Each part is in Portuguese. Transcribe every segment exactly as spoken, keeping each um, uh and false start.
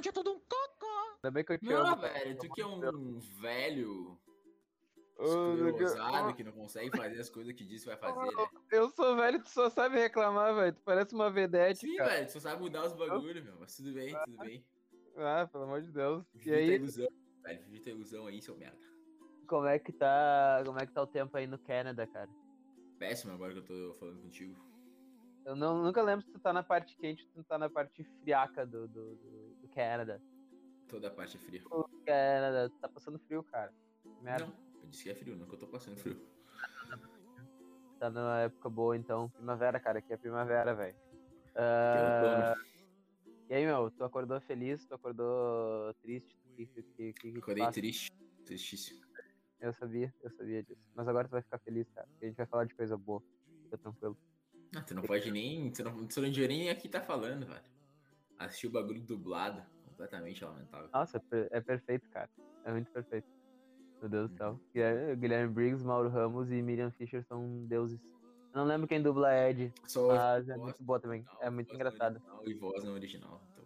tinha todo um cocô. Ainda bem que eu te Não, amo. velho, tu que é um velho Ô, esclerosado que não consegue fazer as coisas que disse que vai fazer, né? Eu sou velho, tu só sabe reclamar, velho. Tu parece uma vedete, Sim, cara. velho, tu só sabe mudar os bagulhos, meu. Mas tudo bem, tudo bem. Ah, pelo amor de Deus. E Vive tua aí, ilusão, velho. Vive tua ilusão aí, seu merda. como é que tá, como é que tá o tempo aí no Canadá, cara? Péssimo agora que eu tô falando contigo. Eu não, nunca lembro se tu tá na parte quente ou se tu tá na parte friaca do, do, do, do Canadá. Toda a parte é fria. O Canadá, tu tá passando frio, cara. Merda. Não, eu disse que é frio, nunca eu tô passando frio. Tá numa época boa, então. Primavera, cara. Aqui é primavera, velho. Que é outono. E aí, meu, tu acordou feliz? Tu acordou triste? O que, que, que, que, que tu Acordei passa? triste, tristíssimo. Eu sabia, eu sabia disso. Mas agora tu vai ficar feliz, cara. Porque a gente vai falar de coisa boa. Fica tranquilo. Ah, tu não pode nem. Tu não, tu não devia nem aqui tá falando, velho. Assistir o bagulho dublado. Completamente lamentável. Nossa, é, per- é perfeito, cara. É muito perfeito. Meu Deus do céu. Guilherme, Guilherme Briggs, Mauro Ramos e Miriam Fischer são deuses. Eu não lembro quem dubla a Ed, Só mas é voz muito boa também. original, É muito voz não engraçada. original e voz não original. Então,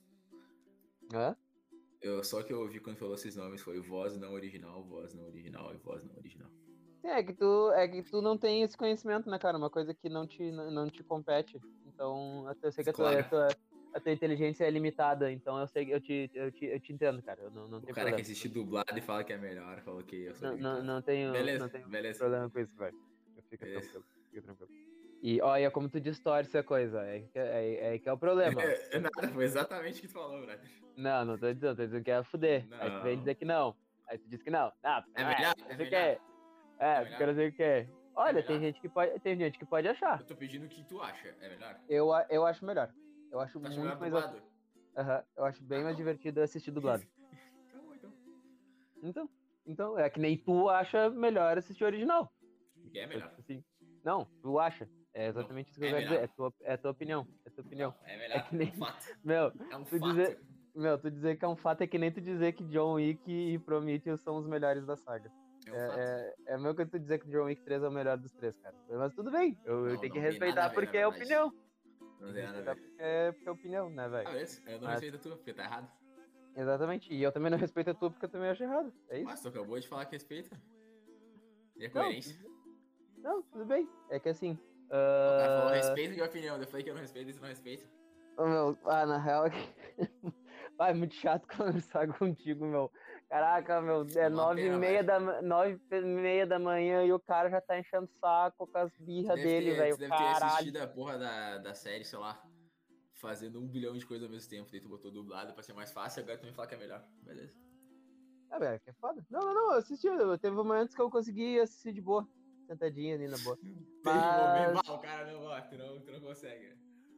Hã? eu, só que eu ouvi quando falou esses nomes foi voz não original, voz não original e voz não original. É que tu, é que tu não tem esse conhecimento, né, cara? Uma coisa que não te, não, não te compete. Então, eu sei que a tua, Claro. a tua, a tua inteligência é limitada. Então, eu sei, eu te, eu te, eu te entendo, cara. Eu não, não O tem cara que problema. assiste dublado e fala que é melhor, falou que eu sou Não, não, limitado. não tenho, Beleza, não tenho beleza. problema com isso, velho. Fica Beleza. tranquilo, fica tranquilo. E olha como tu distorce a coisa. É, que- é, é que é o problema. É, nada, foi exatamente o que tu falou, brother. Não, não tô dizendo, tô dizendo que é fuder. Aí tu vem Não. dizer que não. Aí tu diz que não. Não, porque É não é. melhor? Não É sei o que melhor? é. É, É porque melhor? não sei o que é. Olha, É tem melhor? gente que pode, tem gente que pode achar. Eu tô pedindo o que tu acha. É melhor? Eu, a- eu acho melhor. Eu acho Tu acha muito melhor mais. dublado? Aham, eu acho bem Ah, mais não. divertido assistir dublado. Calma, então. Então, então, é que nem tu acha melhor assistir original. Que é Então, melhor? tipo assim, não, tu acha. É Não. exatamente isso que eu É quero dizer. melhor? É tua, é tua opinião. É tua opinião. Não, é É melhor. que É nem. um fato. Meu, É um tu fato. dizer. Meu, tu dizer que é um fato é que nem tu dizer que John Wick e Prometheus são os melhores da saga. É um É, fato. é, é meu que tu dizer que John Wick três é o melhor dos três, cara. Mas tudo bem, eu, eu Não, tenho que não tem nada a respeitar ver, na porque é verdade. opinião. Não Tem que tem nada a respeitar ver. porque é, porque é opinião, né, Ah, velho? beleza. Eu não Mas, respeito a tua, porque tá errado. exatamente. E eu também não respeito a tua porque eu também acho errado. É isso? Mas tu acabou de falar que respeita. E a Não, coerência. tudo- não, tudo bem. É que assim. O cara falou ah, respeito de opinião. Eu falei que eu não respeito e você não respeita. Ô, meu, ah, na real, é que- ah, é muito chato conversar contigo, meu. Caraca, meu, É é uma nove e pena, meia velho. da, ma- nove e meia da manhã e o cara já tá enchendo o saco com as Tu birras deve dele, ter, tu velho. deve ter Caralho. assistido a porra da, da série, sei lá, fazendo um bilhão de coisas ao mesmo tempo. Daí tu botou dublado pra ser mais fácil, agora tu me fala que é melhor. Beleza. Ah, velho, que é foda. Não, não, não, eu assisti. Eu, teve momentos que eu consegui assistir de boa. Sentadinha ali na boa. Teve momentos. Mas. Ah, o cara não, ó, tu não, tu não consegue.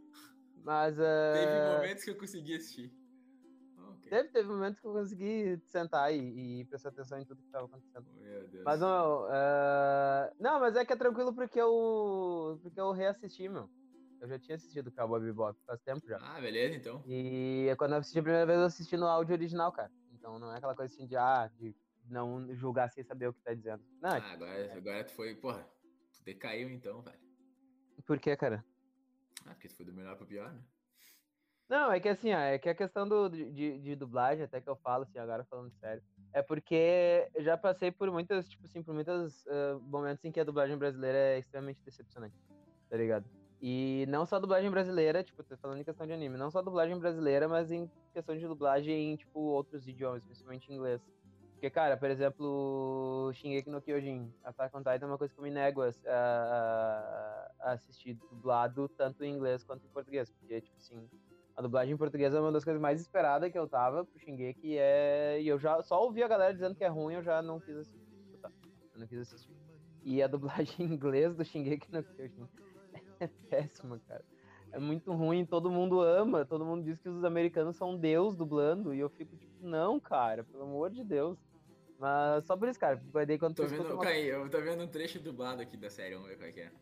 Mas. Teve ah, momentos que eu consegui assistir. Ah, ok. teve, teve momentos que eu consegui sentar e, e prestar atenção em tudo que tava acontecendo. Meu Deus. Mas, meu, ah, não, mas é que é tranquilo porque eu, porque eu reassisti, meu. Eu já tinha assistido o Cowboy Bebop faz tempo já. Ah, beleza, então. E quando eu assisti a primeira vez, eu assisti no áudio original, cara. Então não é aquela coisa assim de, ah, de não julgar sem saber o que tá dizendo. Não, é Ah, tipo, agora, agora tu foi, porra, tu decaiu então, velho. por quê, cara? Ah, porque tu foi do melhor pro pior, né? Não, é que assim, ó, é que a questão do, de, de dublagem, até que eu falo assim, agora falando sério, é porque eu já passei por muitas, tipo assim, por muitos uh, momentos em que a dublagem brasileira é extremamente decepcionante, tá ligado? E não só a dublagem brasileira, tipo, tô falando em questão de anime, não só a dublagem brasileira, mas em questão de dublagem em, tipo, outros idiomas, principalmente em inglês. Porque, cara, por exemplo, Shingeki no Kyojin, Attack on Titan é uma coisa que eu me nego a, a, a assistir dublado tanto em inglês quanto em português, porque, tipo assim, a dublagem em português é uma das coisas mais esperadas que eu tava pro Shingeki, é... e eu já só ouvi a galera dizendo que é ruim, eu já não quis assistir. Eu não quis assistir. E a dublagem em inglês do Shingeki no Kyojin é péssima, cara. É muito ruim, todo mundo ama, todo mundo diz que os americanos são Deus dublando, e eu fico tipo, não, cara, pelo amor de Deus. Mas só por isso, cara, porque daí quando tu Tô escuta vendo, uma Caí, eu tô vendo um trecho dublado aqui da série, vamos ver qual é que é.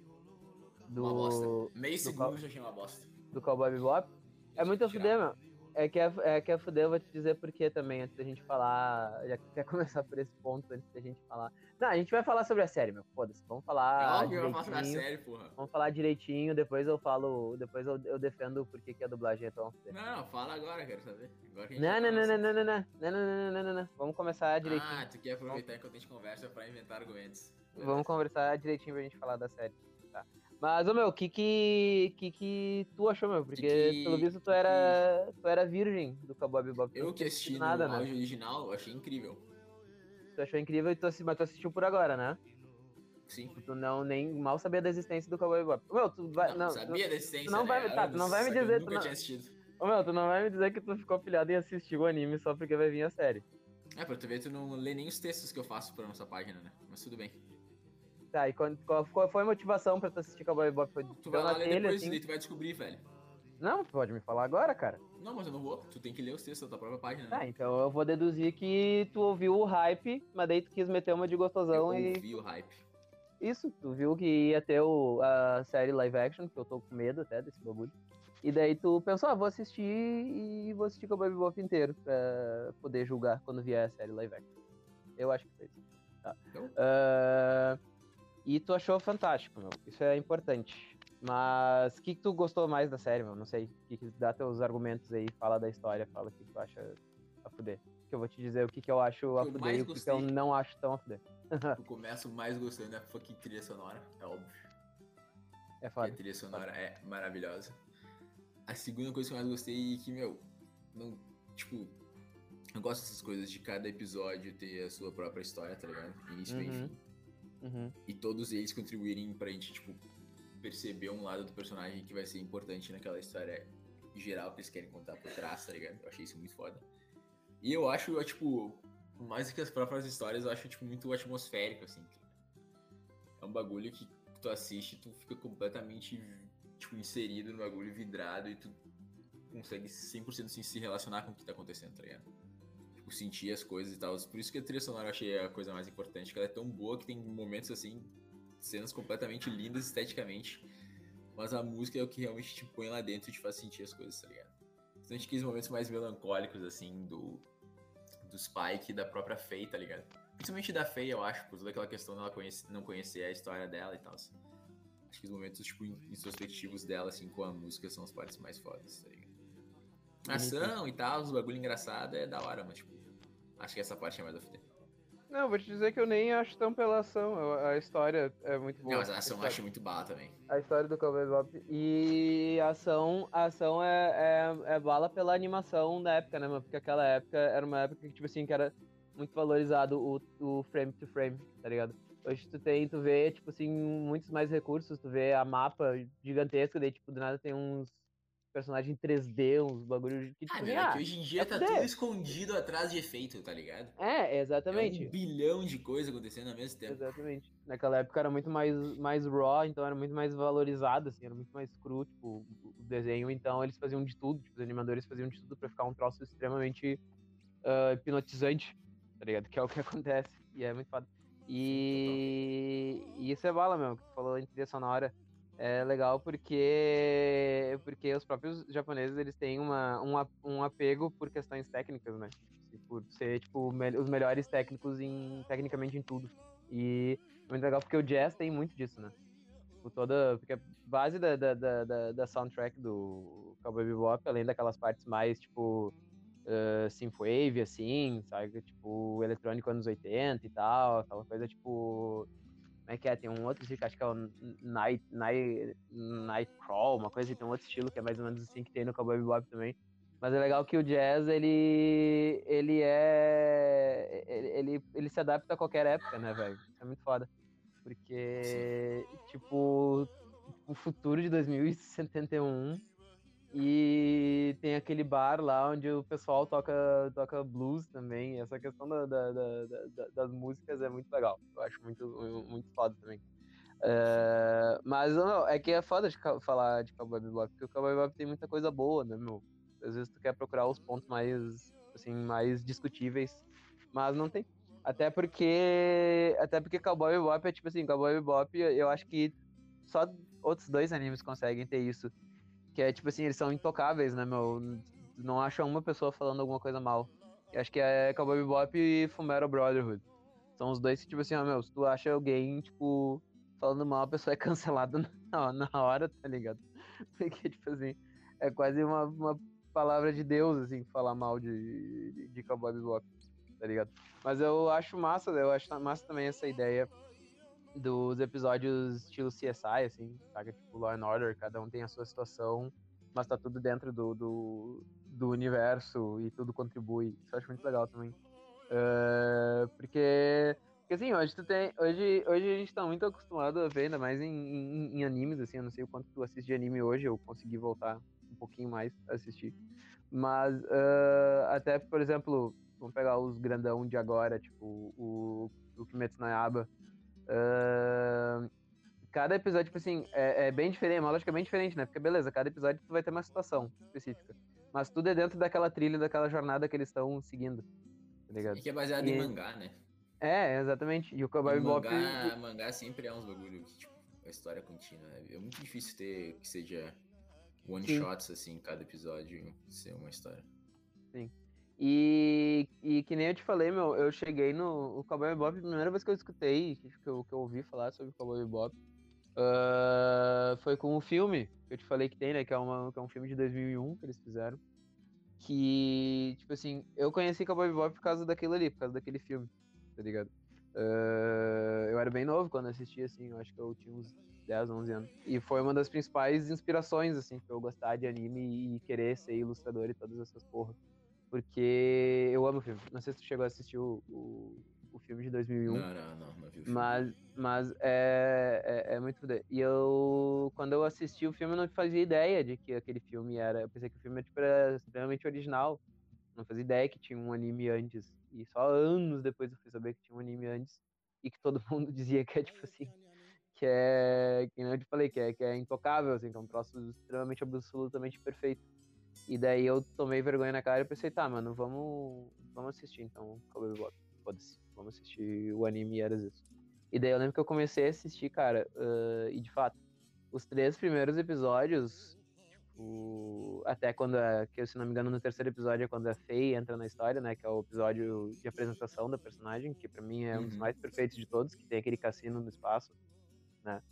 Uma bosta. do, Meio do, segundo já achei uma bosta. do Cowboy Bebop, é muito a Tirar. fuder, meu. é que é, é que é fuder, eu vou te dizer por quê também, antes da gente falar, já que quer começar por esse ponto, antes da gente falar. Não, a gente vai falar sobre a série, meu, foda-se, vamos É falar óbvio que eu faço da direitinho, série, porra. vamos falar direitinho, depois eu falo, depois eu, eu defendo por que que a dublagem é tão fuder. Não, não, fala agora, quero saber. Agora que a gente Não, já tá não, no não, não, assunto. não, não, não, não, não, não, não, não, não, vamos começar direitinho. Ah, tu quer aproveitar enquanto a gente conversa pra inventar argumentos. Vamos Beleza. conversar direitinho pra gente falar da série, tá? Mas, ô meu, o que que, que que tu achou, meu? Que Porque, pelo que, visto, tu que, que era, tu era virgem do Cowboy Bebop, tu não eu que tinha assistido assisti nada, no né? áudio original, eu achei incrível. Tu achou incrível, e tu, assi- mas tu assistiu por agora, né? Sim. Tipo, tu não, nem mal sabia da existência do Cowboy Bebop. Ô meu, tu vai, Não, não, tu, sabia da tu existência, não vai, né? me- tá, tu Anos, não vai me só que eu dizer, tu nunca não, tinha assistido. ô meu, tu não vai me dizer que tu ficou pilhado em assistir o anime só porque vai vir a série. É, pra tu ver, tu não lê nem os textos que eu faço pra nossa página, né? Mas tudo bem. Tá, e qual, qual, qual foi a motivação pra tu assistir Cowboy Bebop? Foi, Tu deu vai na lá ler telha, depois e assim? daí tu vai descobrir, velho. Não, tu pode me falar agora, cara. Não, mas eu não vou. Tu tem que ler os textos da tua própria página, né? Tá, então eu vou deduzir que tu ouviu o hype, mas daí tu quis meter uma de Eu gostosão e... ouvi o hype. Isso, tu viu que ia ter o, a série live action, que eu tô com medo até desse bagulho. E daí tu pensou, ah, vou assistir e vou assistir Cowboy Bebop inteiro pra poder julgar quando vier a série live action. Eu acho que foi isso. Tá. Então, Ah, e tu achou fantástico, meu. Isso é importante. Mas o que, que tu gostou mais da série, meu? Não sei. Que que dá teus argumentos aí, fala da história, fala o que, que tu acha a fuder. Que eu vou te dizer o que, que eu acho O a que eu fuder mais e o que, que eu gostei- não acho tão a fuder. eu começo mais gostando da fucking trilha sonora, é óbvio. É Que foda. a trilha sonora é maravilhosa. A segunda coisa que eu mais gostei é que, meu, não, tipo, eu gosto dessas coisas de cada episódio ter a sua própria história, tá ligado? Início, meio e Uhum. fim. Uhum. E todos eles contribuírem pra gente, tipo, perceber um lado do personagem que vai ser importante naquela história geral que eles querem contar por trás, tá ligado? Eu achei isso muito foda. E eu acho, tipo, mais do que as próprias histórias, eu acho, tipo, muito atmosférico, assim. É um bagulho que tu assiste e tu fica completamente, tipo, inserido no bagulho, vidrado, e tu consegue cem por cento assim, se relacionar com o que tá acontecendo, tá ligado? Tipo, sentir as coisas e tal. Por isso que a trilha sonora eu achei a coisa mais importante, que ela é tão boa que tem momentos, assim, cenas completamente lindas esteticamente, mas a música é o que realmente te põe lá dentro e te faz sentir as coisas, tá ligado? Principalmente aqueles momentos mais melancólicos, assim, do, do Spike e da própria Faye, tá ligado? Principalmente da Faye, eu acho, por toda aquela questão dela conhece, não conhecer a história dela e tal. Assim. Acho que os momentos, tipo, introspectivos dela, assim, com a música são as partes mais fodas, tá ligado? A ação e tal, os bagulho engraçado é da hora, mas, tipo, acho que essa parte é mais da fuder. Não, vou te dizer que eu nem acho tão pela ação. eu- A história é muito boa. Não, mas a ação eu história- acho muito bala também. A história do Cowboy Bebop. E a ação, a ação é, é, é bala pela animação da época, né, mano? Porque aquela época era uma época que, tipo assim, que era muito valorizado o, o frame to frame, tá ligado? Hoje tu tem, tu vê, tipo assim, muitos mais recursos, tu vê a mapa gigantesca, daí, tipo, do nada tem uns personagens em três D, uns bagulhos que, Ah, tipo assim, meu, é que ah, hoje em é dia tá tudo fuder. escondido atrás de efeito, tá ligado? É, É um exatamente. bilhão de coisas acontecendo ao mesmo tempo. Exatamente. Naquela época era muito mais, mais raw, então era muito mais valorizado, assim, era muito mais cru, tipo, o, o desenho, então eles faziam de tudo, tipo, os animadores faziam de tudo pra ficar um troço extremamente uh, hipnotizante, tá ligado? Que é o que acontece, e é muito foda. E, e isso é bala mesmo, que tu falou em trilha sonora. É legal porque porque os próprios japoneses, eles têm uma, um, a- um apego por questões técnicas, né? Por ser, tipo, me- os melhores técnicos em, tecnicamente em tudo. E é muito legal porque o jazz tem muito disso, né? Tipo, toda, porque a base da, da, da, da- da soundtrack do Cowboy Bebop, além daquelas partes mais, tipo, uh, synthwave, assim, sabe? Tipo, eletrônico anos oitenta e tal, aquela coisa, tipo... Como é que é? Tem um outro estilo que acho que é o Night, Night, Nightcrawl, uma coisa assim, tem um outro estilo que é mais ou menos assim que tem no Cowboy Bebop também. Mas é legal que o jazz, ele, ele é... Ele, ele, ele se adapta a qualquer época, né, velho? Isso é muito foda. Sim. Porque, tipo, o futuro de dois mil e setenta e um e tem aquele bar lá onde o pessoal toca, toca blues também. Essa questão da, da- da- da- das músicas é muito legal. Eu acho muito, muito foda também. É, mas não, é que é foda de ca- falar de Cowboy Bebop, porque o Cowboy Bebop tem muita coisa boa, né, meu? Às vezes tu quer procurar os pontos mais, assim, mais discutíveis, mas não tem. Até porque, até porque Cowboy Bebop é tipo assim, Cowboy Bebop, eu acho que só outros dois animes conseguem ter isso. Que é tipo assim, eles são intocáveis, né, meu? não acha uma pessoa falando alguma coisa mal. Eu acho que é Cowboy Bebop e Fullmetal Brotherhood. São os dois que, tipo assim, ó, meu, se tu acha alguém, tipo, falando mal, a pessoa é cancelada na, na hora, tá ligado? Porque, tipo assim, é quase uma, uma palavra de Deus, assim, falar mal de, de, de Cowboy Bebop, tá ligado? Mas eu acho massa, eu acho massa também essa ideia dos episódios estilo C S I, assim, saca? Tipo, Law and Order, cada um tem a sua situação, mas tá tudo dentro do, do, do universo e tudo contribui. Isso eu acho muito legal também. Uh, porque, porque assim, hoje tu tem. Hoje, hoje a gente tá muito acostumado a ver, ainda mais em, em, em animes, assim, eu não sei o quanto tu assiste de anime hoje, eu consegui voltar um pouquinho mais a assistir. Mas uh, até, por exemplo, vamos pegar os grandão de agora, tipo o, o Kimetsu no Yaiba. Uh, cada episódio, tipo assim, é, é bem diferente, é uma lógica bem diferente, né? Porque beleza, cada episódio tu vai ter uma situação específica. Mas tudo é dentro daquela trilha, daquela jornada que eles estão seguindo, tá E ligado? que é baseado em E, mangá, né? é, exatamente. E o E Cowboy Bebop. mangá, mangá sempre é uns bagulho que, tipo, a história é contínua, né? É muito difícil ter que seja one Sim, shots, assim, cada episódio ser uma história. sim. E, e que nem eu te falei, meu, eu cheguei no o Cowboy Bebop, a primeira vez que eu escutei, que eu, que eu ouvi falar sobre o Cowboy Bebop, uh, foi com um filme que eu te falei que tem, né? Que é, uma, que é um filme de dois mil e um que eles fizeram. Que, tipo assim, eu conheci Cowboy Bebop por causa daquilo ali, por causa daquele filme, tá ligado? Uh, eu era bem novo quando assisti, assim, eu acho que eu tinha uns dez, onze anos. E foi uma das principais inspirações, assim, pra eu gostar de anime e querer ser ilustrador e todas essas porra. Porque eu amo o filme. Não sei se tu chegou a assistir o, o, o filme de dois mil e um, Não, não, não, não vi o filme. mas, mas é, é, é muito foda. E eu, quando eu assisti o filme, eu não fazia ideia de que aquele filme era. Eu pensei que o filme tipo, era extremamente original. Não fazia ideia que tinha um anime antes. E só anos depois eu fui saber que tinha um anime antes. E que todo mundo dizia que é tipo assim. Que é. Que nem eu te falei, que é, que é intocável, assim, que é um troço extremamente, absolutamente perfeito. E daí eu tomei vergonha na cara e pensei, tá, mano, vamos, vamos assistir então Cowboy Bebop. Foda-se, vamos assistir o anime e era isso. E daí eu lembro que eu comecei a assistir, cara, uh, e de fato, os três primeiros episódios, tipo, até quando, é, que se não me engano, no terceiro episódio é quando a Faye entra na história, né, que é o episódio de apresentação da personagem, que pra mim é um dos Uhum. mais perfeitos de todos, que tem aquele cassino no espaço, né.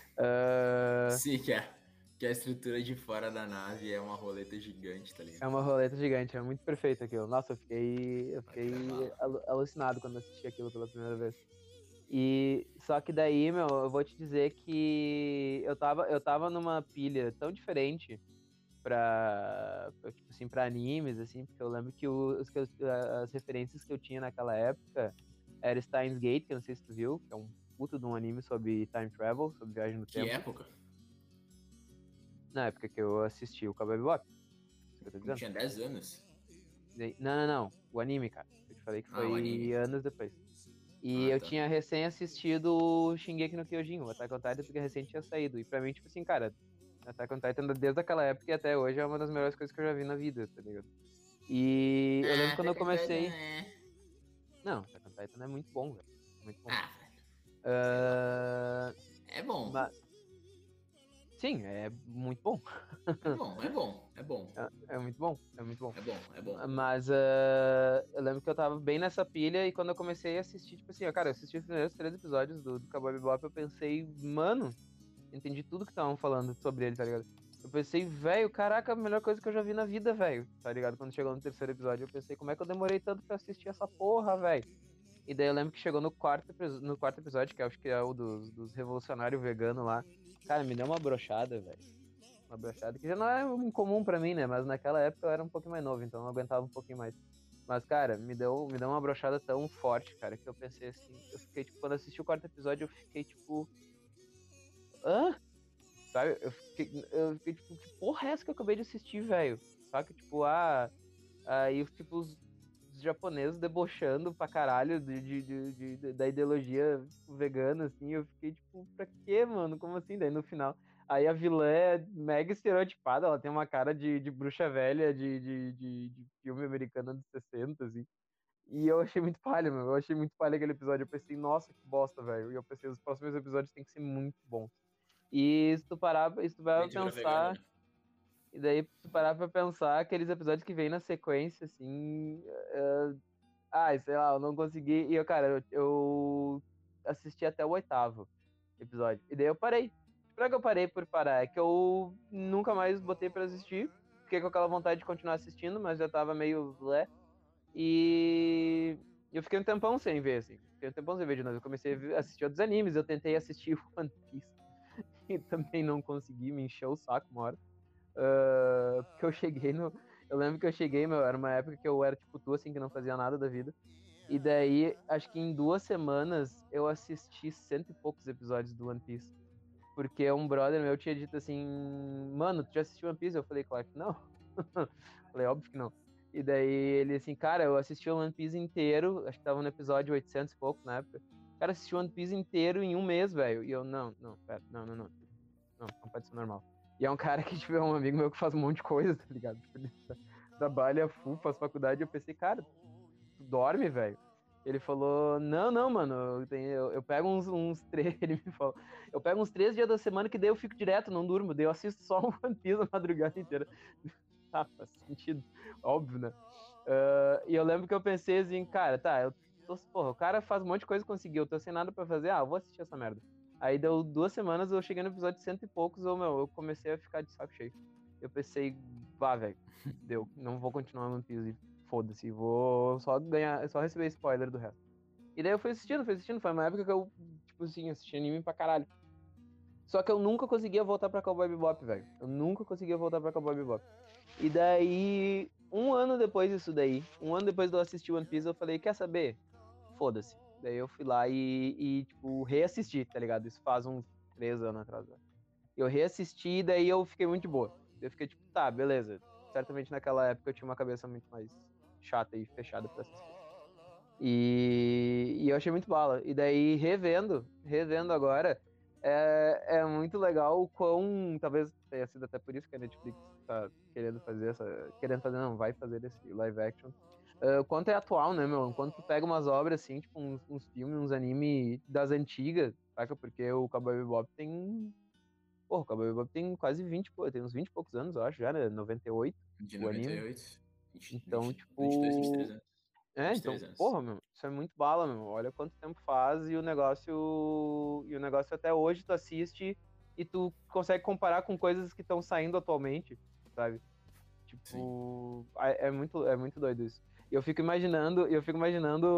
Uh, Sim, que é, que a estrutura de fora da nave é uma roleta gigante, tá ligado? É uma roleta gigante, é muito perfeito aquilo. Nossa, eu fiquei, eu Vai que dá fiquei bala. alu- alucinado quando assisti aquilo pela primeira vez. E só que daí, meu, eu vou te dizer que eu tava, eu tava numa pilha tão diferente pra, pra, tipo assim, pra animes, assim, porque eu lembro que o- os que eu- as referências que eu tinha naquela época era Steins Gate, que eu não sei se tu viu, que é um puto de um anime sobre time travel, sobre viagem no Que tempo, época? na época que eu assisti o Cowboy Bebop, isso que eu tô Como dizendo. tinha dez anos? Daí- Não, não, não. O anime, cara. Eu te falei que Ah, o foi anime. anos depois. E Ah, eu tá. tinha recém assistido o Shingeki no Kyojin, o Attack on Titan, porque recém tinha saído. E pra mim, tipo assim, cara, Attack on Titan desde aquela época e até hoje é uma das melhores coisas que eu já vi na vida, tá ligado? E eu lembro Ah, quando eu Attack on Titan comecei. é... Não, Attack on Titan é muito bom, velho. Muito bom. Ah, velho, sei lá. Ah, É bom. ma- Sim, é muito bom. É bom, é bom, é bom. É, é muito bom, é muito bom. É bom, é bom. Mas ah, eu lembro que eu tava bem nessa pilha e quando eu comecei a assistir, tipo assim, ó, cara, eu assisti os primeiros três episódios do, do Cowboy Bebop, eu pensei, mano, entendi tudo que estavam falando sobre ele, tá ligado? Eu pensei, velho, caraca, a melhor coisa que eu já vi na vida, velho, tá ligado? Quando chegou no terceiro episódio, eu pensei, como é que eu demorei tanto pra assistir essa porra, velho? E daí eu lembro que chegou no quarto, epi- no quarto episódio, que eu acho que é o dos, dos revolucionários veganos lá. Cara, me deu uma brochada, velho. Uma brochada que já não é incomum pra mim, né? Mas naquela época eu era um pouquinho mais novo, então eu aguentava um pouquinho mais. Mas, cara, me deu, me deu uma brochada tão forte, cara, que eu pensei assim. Eu fiquei, tipo, quando assisti o quarto episódio, eu fiquei, tipo. Hã? Sabe? Eu fiquei, eu fiquei tipo, que porra é essa que eu acabei de assistir, velho? Saca? Tipo, ah. Aí, tipo, os, os japoneses debochando pra caralho de, de, de, de- de- da ideologia tipo, vegana, assim. Eu fiquei, tipo, pra quê, mano? Como assim? Daí no final. Aí a vilã é mega estereotipada, ela tem uma cara de, de bruxa velha de, de, de, de filme americano dos sessenta, assim. E eu achei muito palha, meu. Eu achei muito palha aquele episódio. Eu pensei, nossa, que bosta, velho. E eu pensei, os próximos episódios têm que ser muito bons. E se tu parar, se tu vai Bem de pra vegano, pensar. né? E daí, se tu parar pra pensar, aqueles episódios que vem na sequência, assim. Uh, ai, sei lá, eu não consegui. E eu, cara, eu, eu assisti até o oitavo episódio. E daí eu parei. Por que eu parei por parar? É que eu nunca mais botei pra assistir. Fiquei com aquela vontade de continuar assistindo, mas já tava meio lé. E eu fiquei um tempão sem ver, assim. Fiquei um tempão sem ver de novo. Eu comecei a assistir outros animes, eu tentei assistir o One Piece. E também não consegui, me encheu o saco uma hora. Uh, porque eu cheguei no. Eu lembro que eu cheguei, meu, era uma época que eu era tipo tu, assim, que não fazia nada da vida. E daí, acho que em duas semanas, eu assisti cento e poucos episódios do One Piece. Porque um brother meu tinha dito assim, mano, tu já assistiu One Piece? Eu falei, claro que não. Falei, óbvio que não. E daí ele assim, cara, eu assisti o One Piece inteiro, acho que tava no episódio oitocentos e pouco na época. Cara, assisti o One Piece inteiro em um mês, velho. E eu, não, não, pera, não, não, não. Não, não pode ser normal. E é um cara que, tipo, é um amigo meu que faz um monte de coisa, tá ligado? Tipo, ele trabalha full, faz faculdade. Eu pensei, cara, tu dorme, velho? Ele falou, não, não, mano, eu, tenho, eu, eu pego uns, uns três, ele me falou, eu pego uns três dias da semana que daí eu fico direto, não durmo, daí eu assisto só o One Piece a madrugada inteira. Ah, faz sentido, óbvio, né? Uh, e eu lembro que eu pensei assim, cara, tá, eu tô, porra, o cara faz um monte de coisa e conseguiu, eu tô sem nada pra fazer, ah, eu vou assistir essa merda. Aí deu duas semanas, eu cheguei no episódio de cento e poucos, eu, meu, eu comecei a ficar de saco cheio. Eu pensei, vá, velho, deu, não vou continuar no One Piece, foda-se, vou só ganhar, só receber spoiler do resto. E daí eu fui assistindo, fui assistindo, foi uma época que eu, tipo assim, assisti anime pra caralho. Só que eu nunca conseguia voltar pra Cowboy Bebop, velho. Eu nunca conseguia voltar pra Cowboy Bebop. E daí, um ano depois disso daí, um ano depois de eu assistir One Piece, eu falei, quer saber? Foda-se. Daí eu fui lá e, e, tipo, reassisti, tá ligado? Isso faz uns três anos atrás. Né? Eu reassisti e daí eu fiquei muito de boa. Eu fiquei tipo, tá, beleza. Certamente naquela época eu tinha uma cabeça muito mais chata e fechada pra essas coisas. E, e eu achei muito bala. E daí, revendo, revendo agora, é, é muito legal o quão, talvez tenha sido até por isso que a Netflix tá querendo fazer essa, querendo fazer, não, vai fazer esse live action. Uh, quanto é atual, né, meu? Quando tu pega umas obras, assim, tipo, uns, uns filmes, uns anime das antigas, saca? Porque o Cowboy Bebop tem... Porra, o Cowboy Bebop tem quase vinte, pô, tem uns vinte e poucos anos, eu acho, já, né? noventa e oito, De o anime. noventa e oito, vinte, Então, vinte, vinte e dois, vinte e três tipo... anos. É, vinte e três então, anos. porra, meu, isso é muito bala, meu. Olha quanto tempo faz e o negócio. E o negócio até hoje tu assiste e tu consegue comparar com coisas que estão saindo atualmente, sabe? Sim. Tipo, é, é muito, é muito doido isso. E eu fico imaginando, eu fico imaginando.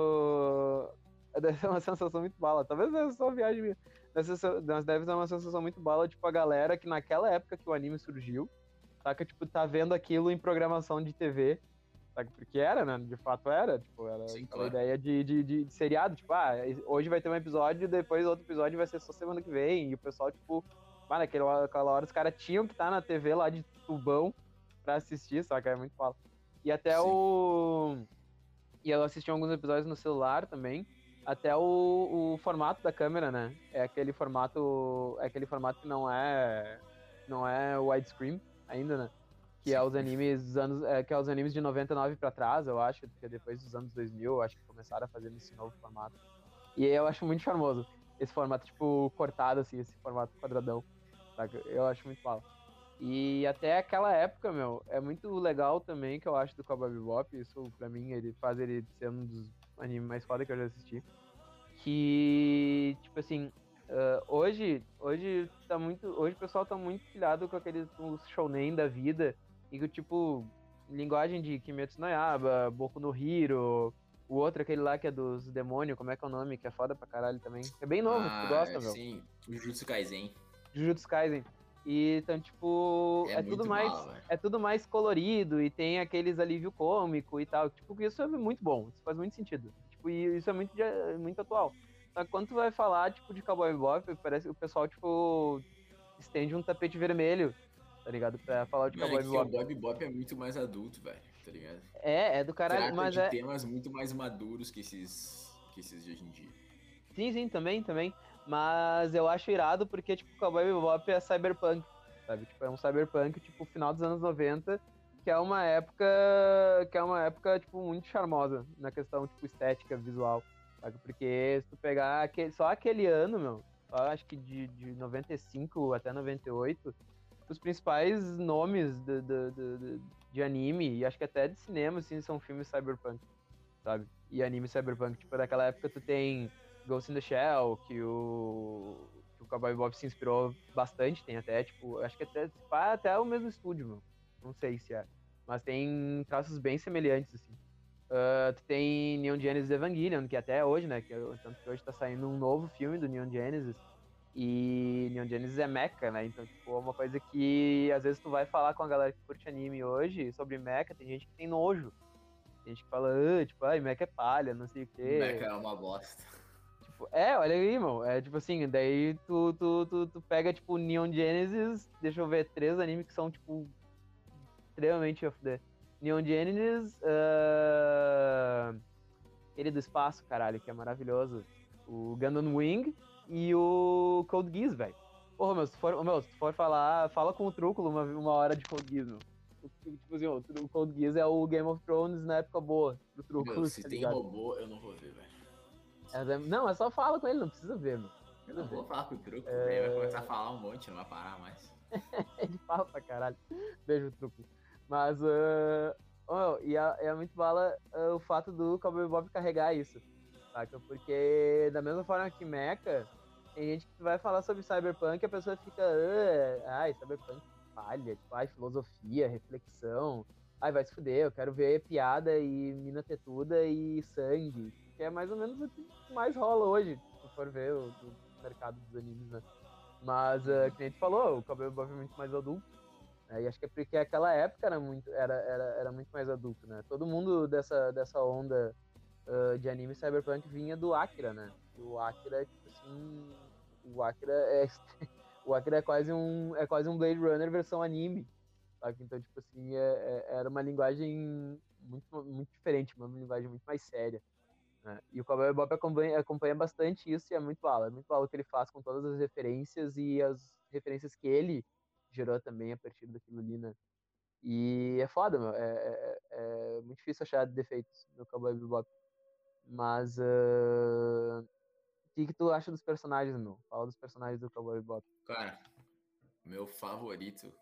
Deve ser uma sensação muito bala. Talvez seja só viagem minha. Deve ser, deve ser uma sensação muito bala, tipo, a galera que naquela época que o anime surgiu, saca? Tipo, tá vendo aquilo em programação de T V. Sabe? Porque era, né? De fato era, tipo, era Sim, aquela claro. ideia de, de, de, de seriado, tipo, ah, hoje vai ter um episódio, depois outro episódio vai ser só semana que vem, e o pessoal, tipo, mano, naquela, naquela hora os caras tinham que estar na T V lá de tubão pra assistir, saca? É muito fala. E até Sim. o... E eu assisti alguns episódios no celular também, até o, o formato da câmera, né? É aquele formato, é aquele formato que não é, não é widescreen ainda, né? Que é Sim. os animes dos anos, é, que é os animes de noventa e nove pra trás, eu acho, que depois dos anos dois mil, eu acho que começaram a fazer esse novo formato. E eu acho muito charmoso esse formato, tipo, cortado, assim, esse formato quadradão, saca? Eu acho muito bala. E até aquela época, meu, é muito legal também, que eu acho do Cowboy Bebop, isso pra mim, ele faz ele ser um dos animes mais foda que eu já assisti, que, tipo assim, uh, hoje, hoje tá muito, hoje o pessoal tá muito pilhado com aqueles os shounen da vida, e que, tipo, linguagem de Kimetsu no Yaiba, Boku no Hero, o outro, aquele lá que é dos demônios, como é que é o nome, que é foda pra caralho também. É bem novo, tu Ah, gosta, meu? sim. O Jujutsu Kaisen. Jujutsu Kaisen. E então, tipo, É é tudo muito mais, bala, velho. é tudo mais colorido e tem aqueles alívio cômico e tal. Tipo, isso é muito bom, isso faz muito sentido. Tipo, e isso é muito, de- muito atual. Só que quando tu vai falar, tipo, de Cowboy Bebop, parece que o pessoal, tipo, estende um tapete vermelho, tá ligado? Pra falar de Mano, é Cowboy que o Bebop. Bob Bop é muito mais adulto, velho. Tá ligado? É, é do caralho, Trata mas de é... temas muito mais maduros que esses, que esses de hoje em dia. Sim, sim, também, também. Mas eu acho irado porque, tipo, Cowboy Bebop é cyberpunk, sabe? Tipo, é um cyberpunk, tipo, final dos anos noventa, que é uma época, que é uma época, tipo, muito charmosa na questão, tipo, estética, visual, sabe? Porque se tu pegar aquele, só aquele ano, meu, só acho que de, de noventa e cinco até noventa e oito, os principais nomes do, do, do, do, de anime, e acho que até de cinema, assim, são filmes cyberpunk, sabe? E anime cyberpunk, tipo, daquela época tu tem Ghost in the Shell, que o, que o Cowboy Bebop se inspirou bastante, tem até, tipo, acho que até, até o mesmo estúdio, meu. Não sei se é. Mas tem traços bem semelhantes, assim. Uh, tu tem Neon Genesis Evangelion, que até hoje, né? Que, tanto que hoje tá saindo um novo filme do Neon Genesis. E Neon Genesis é mecha, né? Então, tipo, é uma coisa que às vezes tu vai falar com a galera que curte anime hoje sobre mecha, tem gente que tem nojo. Tem gente que fala, ah, tipo, ai, mecha é palha, não sei o Mecha quê. é uma bosta. Tipo, é, olha aí, irmão. É tipo assim, daí tu, tu, tu, tu pega, tipo, Neon Genesis, deixa eu ver, três animes que são, tipo, extremamente a fuder. Neon Genesis, uh... ele do espaço, caralho, que é maravilhoso. O Gundam Wing e o Code Geass, velho. Porra, meu, se tu for, meu, se tu for falar, fala com o Trúculo uma, uma hora de Code Geass, meu. Tipo assim, o Code Geass é o Game of Thrones na época boa do Meu, Trúculo, se tá tem ligado? robô, eu não vou ver, velho. É, não, é só fala com ele, não precisa ver, meu. Não Eu precisa não ver. vou falar com o truco, velho. Vai começar a É... falar um monte, não vai parar mais. Ele fala pra caralho. Beijo, Trúculo. Mas, uh... oh, e é, é muito bala uh, o fato do Cowboy Bebop carregar isso. Saca? Porque da mesma forma que Mecha, tem gente que vai falar sobre Cyberpunk e a pessoa fica, ah, ai, Cyberpunk falha, tipo, ai, filosofia, reflexão, ai, vai se fuder, eu quero ver piada e mina tetuda e sangue, que é mais ou menos o que mais rola hoje, se for ver o, o mercado dos animes, né? Mas, uh, Uhum. que nem tu falou, o Cowboy Bebop é muito mais adulto, né? E acho que é porque aquela época era muito, era, era, era muito mais adulto, né? Todo mundo dessa, dessa onda uh, de anime cyberpunk vinha do Akira, né? E o Akira, tipo assim, o Akira é o Akira é quase um é quase um Blade Runner versão anime, sabe? Então, tipo assim, é, é, era uma linguagem muito muito diferente, uma linguagem muito mais séria, né? E o Cowboy Bebop acompanha, acompanha bastante isso e é muito bala, é muito bala o que ele faz com todas as referências e as referências que ele gerou também a partir daquilo ali, né? E é foda, meu. É, é, é muito difícil achar defeitos no Cowboy Bebop. Mas uh, o que, que tu acha dos personagens, meu? Fala dos personagens do Cowboy Bebop. Cara, meu favorito.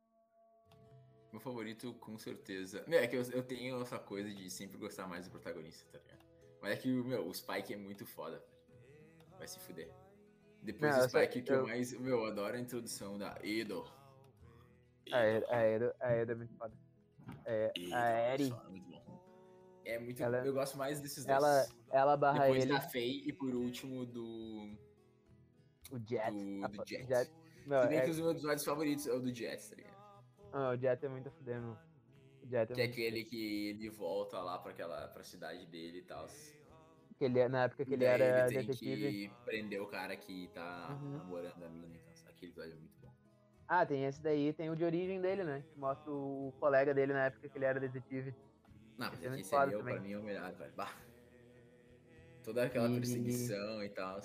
Meu favorito, com certeza. Meu, é que eu, eu tenho essa coisa de sempre gostar mais do protagonista, tá ligado? Mas é que, meu, o Spike é muito foda, velho. Vai se fuder. Depois Não, do eu, sei, Spike, o que eu eu mais. Meu, eu adoro a introdução da Edo. a Edo. Eda, a Eda, a Eda é muito foda. É, a Edo, Eri, só, é muito bom. É muito. ela, Eu gosto mais desses ela, dois. ela barra Depois da ele, Faye e por último do. o Jet. Do, A, do o Jet. Jet, meu, Se bem que é, os meus episódios favoritos é o do Jet, tá ligado? ah, o Jet é muito a fuder, meu. O Jet é Que é muito a fuder. aquele que ele volta lá pra aquela pra cidade dele e tal. Que ele, na época que E ele daí ele era tem detetive. que prender o cara que tá Uhum. namorando a mina e tal. Aquele episódio é muito bom. Ah, tem esse daí, tem o de origem dele, né? Que mostra o colega dele na época que ele era detetive. Não, mas Esse é aqui muito esse foda ali é, o- pra também. mim é o melhor, velho. Bah. Toda aquela E, perseguição e tal.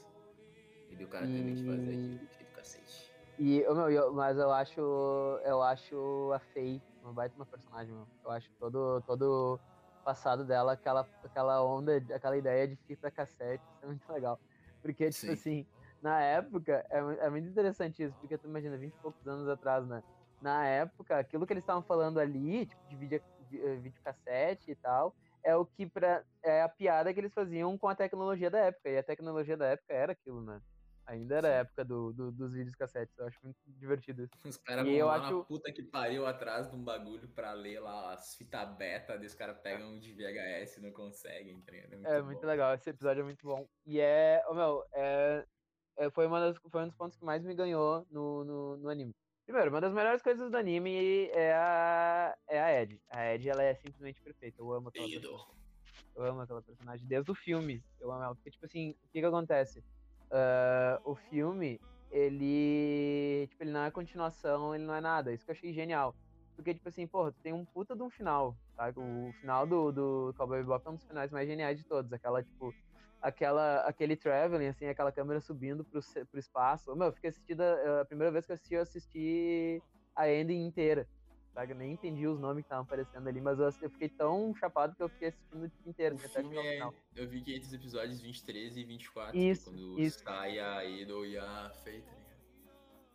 E do cara tendo que fazer e, aquilo que do cacete. e ô, meu, eu- mas eu acho, eu acho a Faye uma baita uma personagem, meu. Eu acho todo, todo o passado dela, aquela, aquela onda, aquela ideia de fita cassete, isso é muito legal. Porque, tipo Sim. assim, na época, é, mu- é muito interessante isso, porque tu imagina, vinte e poucos anos atrás, né? Na época, aquilo que eles estavam falando ali, tipo, de vídeo, vi- eh, videocassete e tal, é o que pra, é a piada que eles faziam com a tecnologia da época. E a tecnologia da época era aquilo, né? Ainda era a Sim. época do, do- dos vídeos cassetes. Eu acho muito divertido isso. Os caras E vão eu lá na acho puta que pariu atrás de um bagulho pra ler lá as fitas beta, daí os caras pegam de V H S e não conseguem, tá ligado? É é muito muito bom. legal. Esse episódio é muito bom. E é, ô, meu, é, é- foi, uma das, foi um dos pontos que mais me ganhou no, no, no anime. Primeiro, uma das melhores coisas do anime é a, é a Ed. A Ed, ela é simplesmente perfeita. Eu amo aquela Ido. personagem. Eu amo aquela personagem. Desde o filme, eu amo ela. Porque, tipo assim, o que que acontece? Ah, o filme, ele, tipo, ele não é continuação, ele não é nada. Isso que eu achei genial. Porque, tipo assim, porra, tu tem um puta de um final, tá? O final do, do Cowboy Bebop é um dos finais mais geniais de todos. Aquela, tipo, aquela, aquele traveling, assim, aquela câmera subindo pro, ce- pro espaço. Meu, eu fiquei assistindo, a, a primeira vez que eu assisti, eu assisti a ending inteira. Sabe? Eu nem entendi os nomes que estavam aparecendo ali, mas eu, assisti- eu fiquei tão chapado que eu fiquei assistindo tipo, inteiro, O assim, até filme chegar ao é. final. Eu vi que entre os episódios vinte e três e vinte e quatro, que é Isso, quando isso. sai a Edo e a Faye, tá ligado?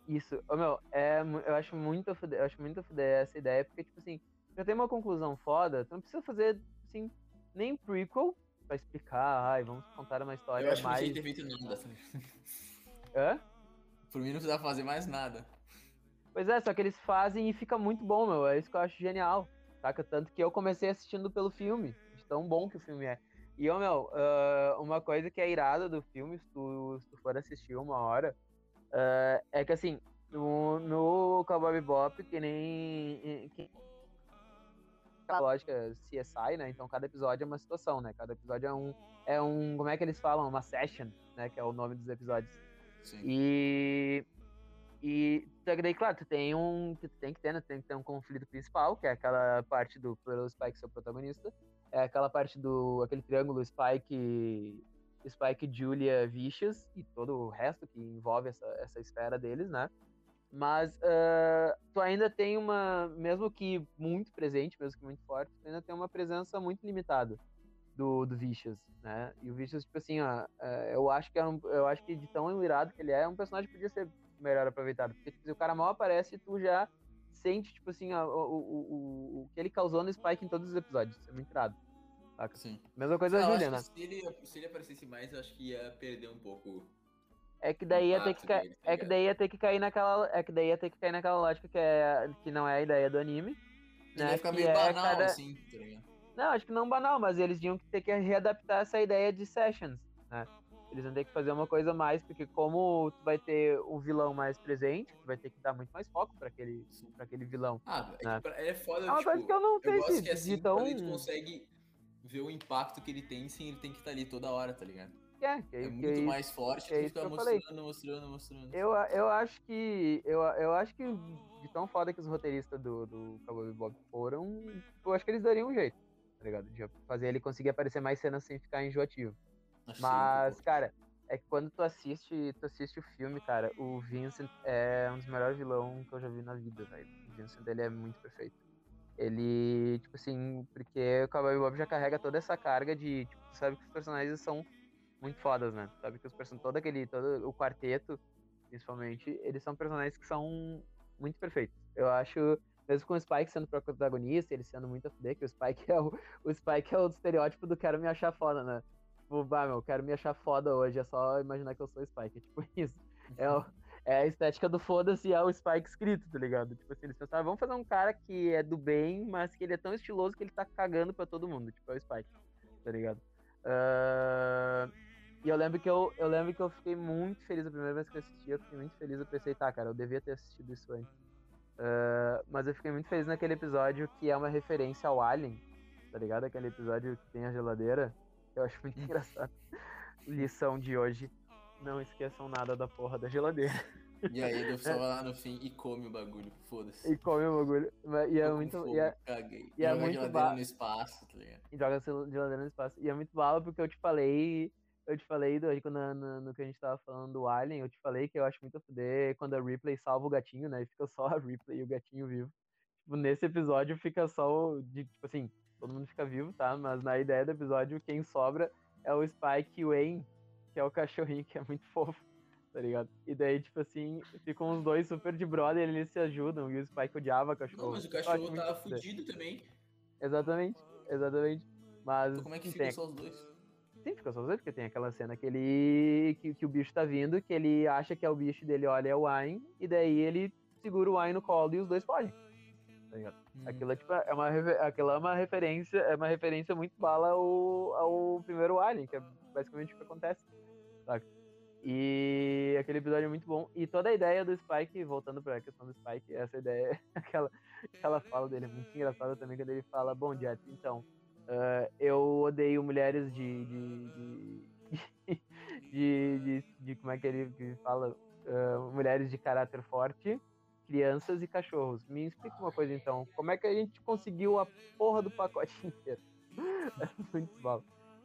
Isso, ô, meu, é, mu- eu acho muito foda, eu acho muito foda essa ideia, porque, tipo assim, já tem uma conclusão foda, tu não precisa fazer, assim, nem prequel pra explicar, ai, vamos contar uma Eu história acho que não tinha que mais. ter feito nada, tá ligado? Hã? Por mim não precisava fazer mais nada. Pois é, só que eles fazem e fica muito bom, meu, é isso que eu acho genial, saca? Tanto que eu comecei assistindo pelo filme, de tão bom que o filme é. E, ô, meu, ah, uma coisa que é irada do filme, se tu, se tu for assistir uma hora, ah, é que, assim, no, no Cowboy Bebop, que nem. A lógica C S I, né? Então cada episódio é uma situação, né? Cada episódio é um, é um, como é que eles falam? Uma session, né? Que é o nome dos episódios. Sim. E, e só que daí, claro, tu tem um, tu tem que ter, né? Tem que ter um conflito principal, que é aquela parte do pelo Spike ser o protagonista, é aquela parte do, aquele triângulo Spike, Spike, Julia, Vicious e todo o resto que envolve essa, essa esfera deles, né? Mas uh, tu ainda tem uma, mesmo que muito presente, mesmo que muito forte, tu ainda tem uma presença muito limitada do, do Vicious, né? E o Vicious, tipo assim, ó, uh, eu acho que é um, eu acho que de tão irado que ele é, é um personagem que podia ser melhor aproveitado. Porque, tipo, se o cara mal aparece e tu já sente, tipo assim, ó, o, o, o, o que ele causou no Spike em todos os episódios. Isso é muito irado, saca? Sim. Mesma coisa Sei a lá, eu acho Julia, que né? se ele, se ele aparecesse mais, eu acho que ia perder um pouco É que o daí ia ter que, impacto ca- dele, tá é que ligado? daí ia ter que cair naquela, é que daí ia ter que cair naquela lógica que é que não é a ideia do anime, Ele ia né? ficar Que meio é banal, cada. assim, tá ligado? Não, acho que não banal, mas eles tinham que ter que readaptar essa ideia de sessions, né? Eles vão ter que fazer uma coisa mais, porque como tu vai ter o vilão mais presente, tu vai ter que dar muito mais foco para aquele, Sim. para aquele vilão, Ah, é que né? pra- é É foda, uma coisa que tipo, eu não eu sei gosto se que é de assim, quando a gente tão. consegue ver o impacto que ele tem sem ele ter que estar ali toda hora, tá ligado? Que é, que É é, que é muito isso, mais forte que do é que isso que ficar eu falei. mostrando, mostrando, mostrando. Eu, eu acho que. Eu, eu acho que de tão foda que os roteiristas do, do Cowboy Bebop foram, eu acho que eles dariam um jeito, tá ligado? De fazer ele conseguir aparecer mais cenas sem ficar enjoativo. Acho que seria um pouco. Mas, cara, é que quando tu assiste, tu assiste o filme, cara, o Vincent é um dos melhores vilões que eu já vi na vida, velho. O Vincent, ele é muito perfeito. Ele, tipo assim, porque o Cowboy Bebop já carrega toda essa carga de, tipo, tu sabe que os personagens são muito fodas, né? Tu sabe que os personagens, todo aquele, todo o quarteto, principalmente, eles são personagens que são muito perfeitos. Eu acho, mesmo com o Spike sendo protagonista, ele sendo muito a fuder, que o Spike é o, o Spike é o estereótipo do quero me achar foda, né? Tipo, bah, meu, quero me achar foda hoje, é só imaginar que eu sou o Spike, é tipo isso. É, o, é a estética do foda-se, é o Spike escrito, tá ligado? Tipo assim, eles pensaram, vamos fazer um cara que é do bem, mas que ele é tão estiloso que ele tá cagando pra todo mundo, tipo, é o Spike, tá ligado? Uh, e eu lembro que eu, eu lembro que eu fiquei muito feliz a primeira vez que eu assisti, eu fiquei muito feliz, eu pensei, tá, cara, eu devia ter assistido isso antes. Uh, mas eu fiquei muito feliz naquele episódio que é uma referência ao Alien, tá ligado? Aquele episódio que tem a geladeira. Eu acho muito engraçado. Lição de hoje. Não esqueçam nada da porra da geladeira. E aí ele só vai lá no fim e come o bagulho, foda-se. E come o bagulho. E é Tô com muito. E fome, é, caguei. e é Joga a muito geladeira ba... no espaço, tá ligado? E joga a geladeira no espaço. E é muito bala porque eu te falei. Eu te falei do, no, no, no que a gente tava falando do Alien, eu te falei que eu acho muito a fuder quando a Ripley salva o gatinho, né? E fica só a Ripley e o gatinho vivo. Tipo, nesse episódio fica só o. De, tipo assim, todo mundo fica vivo, tá? Mas na ideia do episódio, quem sobra é o Spike e o Wayne, que é o cachorrinho, que é muito fofo, tá ligado? E daí, tipo assim, ficam os dois super de brother, eles se ajudam, e o Spike odiava Não, mas cachorro. o Isso eu acho cachorro muito a tava fuder. fudido também. Exatamente, exatamente. Então Mas, como é que sim, fica tem, só os dois? sim, fica só porque tem aquela cena que ele. Que, que o bicho tá vindo, que ele acha que é o bicho dele, olha, é o Wine, e daí ele segura o Wine no colo e os dois fogem. Tá ligado? Hum. Aquilo é, tipo, é uma, aquilo é uma referência, é uma referência muito bala ao, ao primeiro Alien, que é basicamente o que acontece, saca? E aquele episódio é muito bom. E toda a ideia do Spike, voltando pra questão do Spike, essa ideia, aquela, aquela fala dele é muito engraçada também, quando ele fala, bom, Jet, então, uh, eu odeio mulheres de de, de, de, de, de, como é que ele que fala? Uh, mulheres de caráter forte, crianças e cachorros. Me explica uma coisa então, como é que a gente conseguiu a porra do pacote inteiro? É muito bom.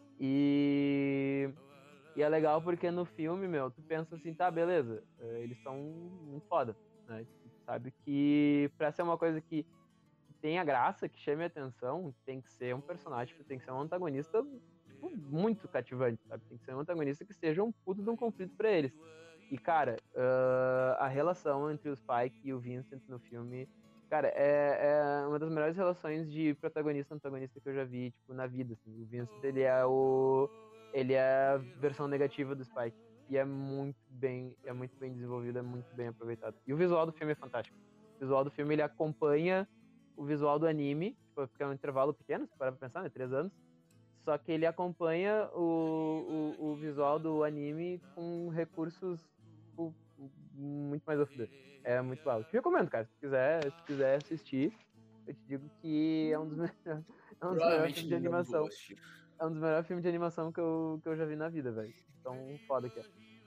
E, e é legal porque no filme, meu, tu pensa assim, tá, beleza, eles são muito foda, né? Tu sabe que pra ser uma coisa que, que tenha graça, que chame a atenção, tem que ser um personagem, tem que ser um antagonista tipo, muito cativante, sabe? Tem que ser um antagonista que seja um puto de um conflito pra eles. E, cara, uh, a relação entre o Spike e o Vincent no filme, cara, é, é uma das melhores relações de protagonista-antagonista que eu já vi, tipo, na vida, assim. O Vincent, ele é o... ele é a versão negativa do Spike. E é muito bem, é muito bem desenvolvido, é muito bem aproveitado. E o visual do filme é fantástico. O visual do filme, ele acompanha o visual do anime, tipo, porque é um intervalo pequeno, se parar pra pensar, né, três anos. Só que ele acompanha o, o, o visual do anime com recursos tipo, muito mais off. É muito legal. Te recomendo, cara. Se quiser, se quiser assistir, eu te digo que é um dos melhores, é um dos melhores filmes de Provavelmente não vou animação. assistir. É um dos melhores filmes de animação que eu, que eu já vi na vida, velho. Tão foda que é.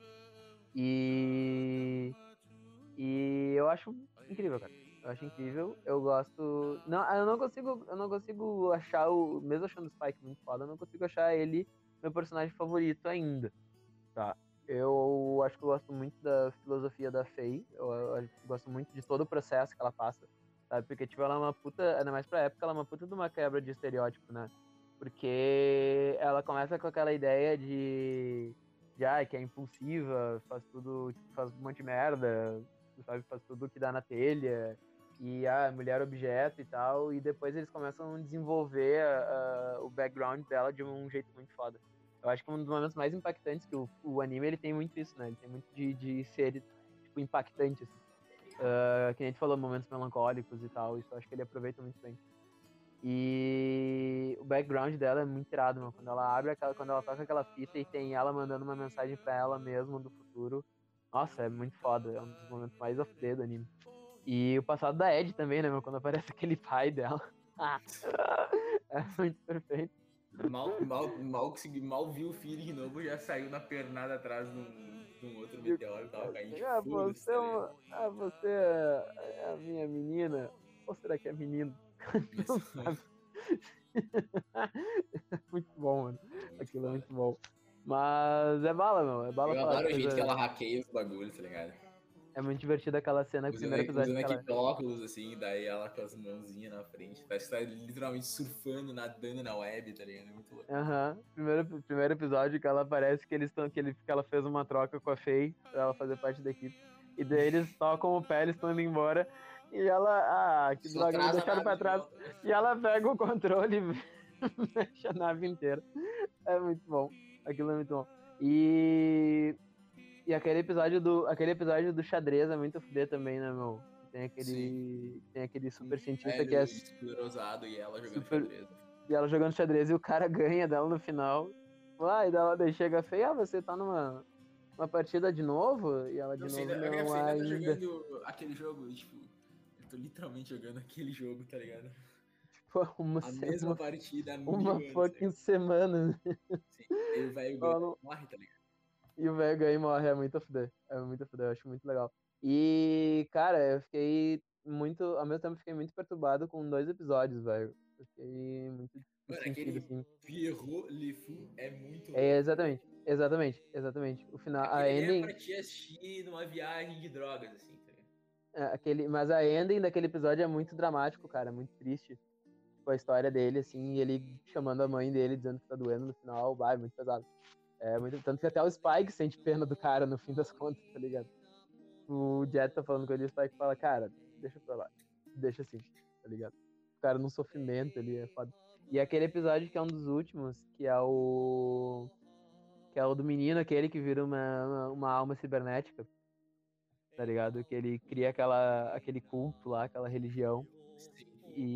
E. E eu acho incrível, cara. Eu acho incrível. Eu gosto. Não, eu não consigo. Eu não consigo achar o. Mesmo achando o Spike muito foda, eu não consigo achar ele meu personagem favorito ainda. Tá. Eu acho que eu gosto muito da filosofia da Faye. Eu, eu gosto muito de todo o processo que ela passa. Sabe? Porque, tipo, ela é uma puta. Ainda mais pra época, ela é uma puta de uma quebra de estereótipo, né? Porque ela começa com aquela ideia de. de ah, que é impulsiva, faz tudo. Tipo, faz um monte de merda, sabe? Faz tudo que dá na telha. E a ah, mulher objeto e tal. E depois eles começam a desenvolver a, a, o background dela de um jeito muito foda. Eu acho que um dos momentos mais impactantes que o, o anime ele tem muito isso, né? Ele tem muito de, de ser tipo, impactante, assim. Uh, que nem a gente falou, momentos melancólicos e tal. Isso eu acho que ele aproveita muito bem. E o background dela é muito irado, mano. Quando ela abre aquela, quando ela toca aquela fita e tem ela mandando uma mensagem pra ela mesma do futuro. Nossa, é muito foda. É um dos momentos mais off do anime. E o passado da Ed também, né, meu? Quando aparece aquele pai dela. É muito perfeito. Mal, mal, mal, consegui, mal viu o filho de novo, já saiu na pernada atrás de um, de um outro meteoro que tava caindo. Ah, Foda-se, você, tá é ligado? uma, ah, você é a minha menina. Ou será que é menino? Não sabe. Muito bom, mano. Muito Aquilo é foda. muito bom. Mas é bala, meu. É bala Eu falar de adoro o jeito que coisa. ela hackeia os bagulhos, tá ligado? É muito divertida aquela cena, o Usando, primeiro episódio usando que ela. aquele óculos, assim, daí ela com as mãozinhas na frente. Parece que tá literalmente surfando, nadando na web, tá ligado? É muito louco. Aham. Primeiro, primeiro episódio que ela aparece que eles estão. Que, ele, que ela fez uma troca com a Faye pra ela fazer parte da equipe. E daí eles tocam o pé, eles estão indo embora. E ela. Ah, que Só droga, me traz a deixaram nave pra de trás. volta. E ela pega o controle e mexe a nave inteira. É muito bom. Aquilo é muito bom. E. E aquele episódio do. Aquele episódio do xadrez é muito fuder também, né, meu? Tem Sim. aquele. Tem aquele Um super cientista que é velho esclerosado e ela jogando super. xadrez. E ela jogando xadrez e o cara ganha dela no final. Vai, daí, daí chega a feia, ah, você tá numa uma partida de novo? E ela de Não, você novo, ainda, não, você ainda tá ainda. jogando aquele jogo, tipo, eu tô literalmente jogando aquele jogo, tá ligado? Tipo, uma, A se- mesma uma, partida há uma mil anos, tá fucking ligado? semana. Sim. E o velho ganha Ela não- e morre, tá ligado? E o velho ganha e morre, é muito a fuder. É muito a fuder, eu acho muito legal. E, cara, eu fiquei muito. Ao mesmo tempo, fiquei muito perturbado com dois episódios, velho. Eu fiquei muito Mano, sentido, aquele assim. Pierrot Le Fou é muito É, louco, tá ligado? exatamente, exatamente, exatamente. O final, a Aquele ali é ending. pra te assistir numa viagem de drogas, assim, tá ligado? É, aquele, mas a ending daquele episódio é muito dramático, cara, é muito triste. Tipo, a história dele, assim, e ele chamando a mãe dele, dizendo que tá doendo no final, vai, muito pesado. É muito, tanto que até o Spike sente pena do cara no fim das contas, tá ligado? O Jet tá falando com ele e o Spike fala, cara, deixa pra lá, deixa assim, tá ligado? O cara num sofrimento ali, é foda. E aquele episódio que é um dos últimos, que é o. Que é o do menino, aquele que vira uma, uma, uma alma cibernética, tá ligado? Que ele cria aquela, aquele culto lá, aquela religião. Sim.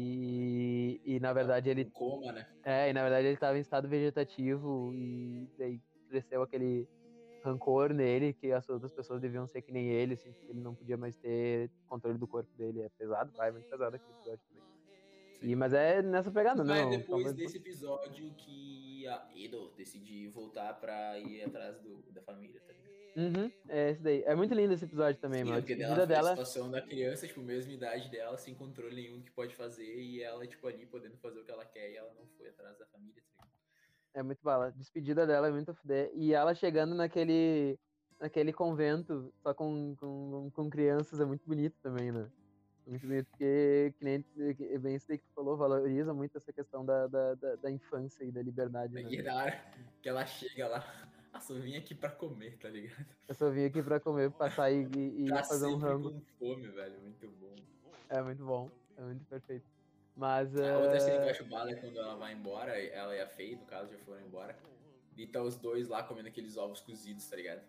E, e na Tá verdade no ele coma, né? é, e na verdade ele estava em estado vegetativo e daí cresceu aquele rancor nele que as outras pessoas deviam ser que nem ele, assim, porque ele não podia mais ter controle do corpo dele. É pesado, vai, é muito pesado aquele episódio também. Sim. E, mas é nessa pegada, né, Mas é meu? depois Talvez. desse episódio que a Edo decide voltar pra ir atrás do, da família, tá ligado? Uhum, é esse daí. É muito lindo esse episódio também, Sim, meu. é A porque dela despedida foi a dela situação da criança, tipo, mesma idade dela, sem controle nenhum do que pode fazer, e ela, tipo, ali podendo fazer o que ela quer, e ela não foi atrás da família, tá ligado? é muito bala. A despedida dela é muito fuder. E ela chegando naquele naquele convento só com, com, com crianças é muito bonito também, né? Muito bonito, porque, que nem que, bem isso daí que tu falou, valoriza muito essa questão da, da, da, da infância e da liberdade, né? E é da hora que ela chega lá, Ah, só vim aqui pra comer, tá ligado? Eu só vim aqui pra comer, passar e, e, e Tá fazer um sempre rango. com fome, velho. Muito bom. É muito bom, é muito perfeito. Mas, A outra cena que eu uh... acho bala é quando ela vai embora, ela e a Faye, no caso, já foram embora. E tá os dois lá comendo aqueles ovos cozidos, tá ligado?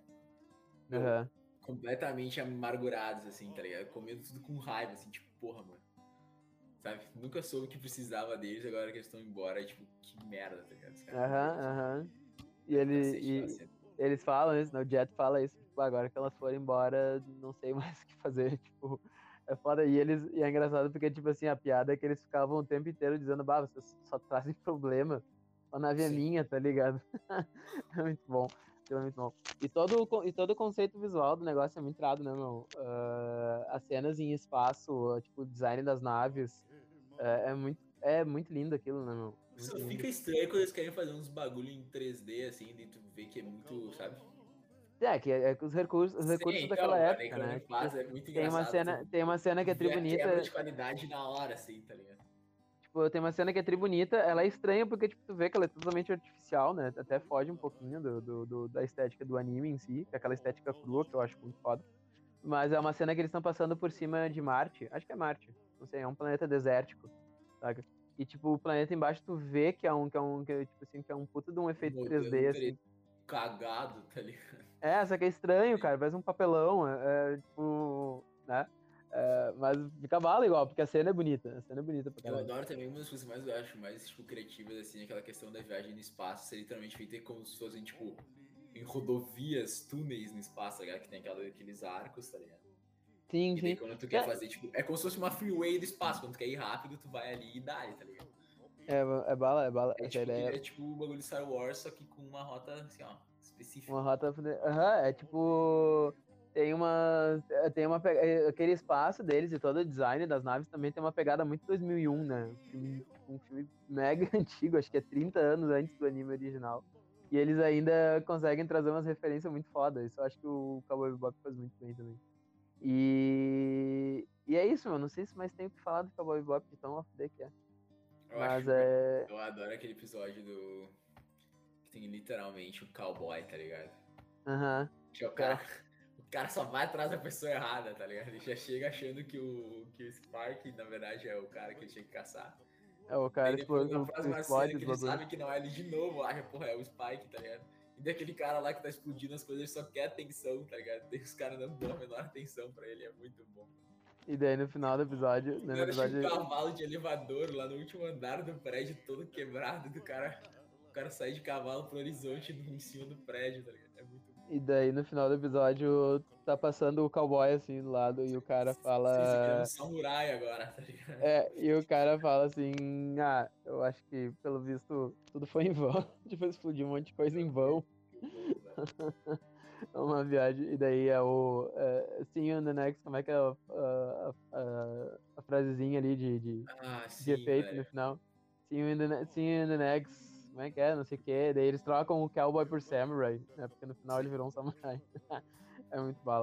Meu, uhum. completamente amargurados, assim, tá ligado? Comendo tudo com raiva, assim, tipo, porra, mano. Sabe? Nunca soube que precisava deles, agora que eles estão embora, é tipo, que merda, tá ligado? Os caras não Aham, entendem. aham. E, É do ele, cacete aquela e cena. eles falam isso, né? O Jet fala isso, tipo, agora que elas foram embora, não sei mais o que fazer, tipo, é foda. E eles, e é engraçado porque, tipo assim, a piada é que eles ficavam o tempo inteiro dizendo, bah, vocês só trazem problema, a nave é Sim. minha, tá ligado? É muito bom, é muito bom. E todo, o con- e todo o conceito visual do negócio é muito irado, né, meu? Ah, as cenas em espaço, tipo, o design das naves, é, é muito, é muito lindo aquilo, né, meu? Muito Só lindo. fica estranho quando eles querem fazer uns bagulho em três D, assim, e tu vê que é muito, sabe? É, que é, é que os recursos, os Sim, recursos daquela então, mano, aí época, quando né? Tipo, faz é muito tem uma engraçado, cena, tu, tem uma cena tu que é tri vê a quebra de bonita, qualidade na hora, assim, tá ligado? tipo, tem uma cena que é tri bonita, ela é estranha porque, tipo, tu vê que ela é totalmente artificial, né? Até foge um pouquinho do, do, do- da estética do anime em si, que é aquela estética crua, que eu acho muito foda. Mas é uma cena que eles estão passando por cima de Marte, acho que é Marte, não sei, é um planeta desértico, saca? E, tipo, o planeta embaixo tu vê que é um, que é um, que é, tipo assim, que é um puta de um Um efeito modelo três D, assim. cagado, tá ligado? É, só que é estranho, cara, parece um papelão, é, é, tipo, né? É, mas fica bala igual, porque a cena é bonita, a cena é bonita pra Eu caralho. adoro também, uma das coisas mais eu acho mais, tipo, criativas, assim, aquela questão da viagem no espaço, ser literalmente feita como se fossem, tipo, em rodovias, túneis no espaço, tá ligado? Que tem aquela, aqueles arcos, tá ligado? Sim, E daí sim. quando tu quer É, fazer, tipo, é como se fosse uma freeway do espaço, quando tu quer ir rápido, tu vai ali e dá, tá ligado? é, é bala, é bala, É essa tipo, que- ideia. é tipo o bagulho de Star Wars, só que com uma rota, assim, ó, Uma específica. rota. Aham, é tipo. Tem uma. Tem uma. pe- é, Aquele espaço deles e todo o design das naves também tem uma pegada muito dois mil e um, né? Um filme, tipo, um filme mega antigo, acho que é trinta anos antes do anime original. E eles ainda conseguem trazer umas referências muito fodas. Isso eu acho que o Cowboy Bebop faz muito bem também. E. E é isso, mano. Não sei se mais tem o que falar do Cowboy Bebop, de tão off que é. Eu Mas acho, é. eu adoro aquele episódio do... que tem literalmente um cowboy, tá ligado? Aham. Que é o que é o- cara... O cara só vai atrás da pessoa errada, tá ligado? Ele já chega achando que o, que o Spark, na verdade, é o cara que ele tinha que caçar. É o Daí cara depois explode, na o- próxima cena explode que os ele bagulho. sabe que não é ele de novo, acha, porra, é o Spike, tá ligado? E daquele cara lá que tá explodindo as coisas, ele só quer atenção, tá ligado? Daí os caras não dão a menor atenção pra ele, é muito bom. E daí no final do episódio, O né, no cara tinha um episódio, cavalo de elevador lá no último andar do prédio, todo quebrado, do cara. O cara sai de cavalo pro horizonte em cima do prédio, tá ligado? É muito bom. e daí no final do episódio tá passando o cowboy assim do lado e o cara Sim, você virou um fala, samurai agora, tá ligado? é, e o cara fala assim, ah, eu acho que pelo visto tudo foi em vão, tipo explodiu um monte de coisa É em vão. muito bom, velho. É uma viagem, e daí é o é, See you in the next, como é que é a, a, a, a frasezinha ali de, de, Ah, de sim, efeito no velho. final. See you in the, ne- see you in the next, como é que é, não sei o que. Daí eles trocam o cowboy por samurai, né? Porque no final ele Sim. virou um samurai. É muito bala.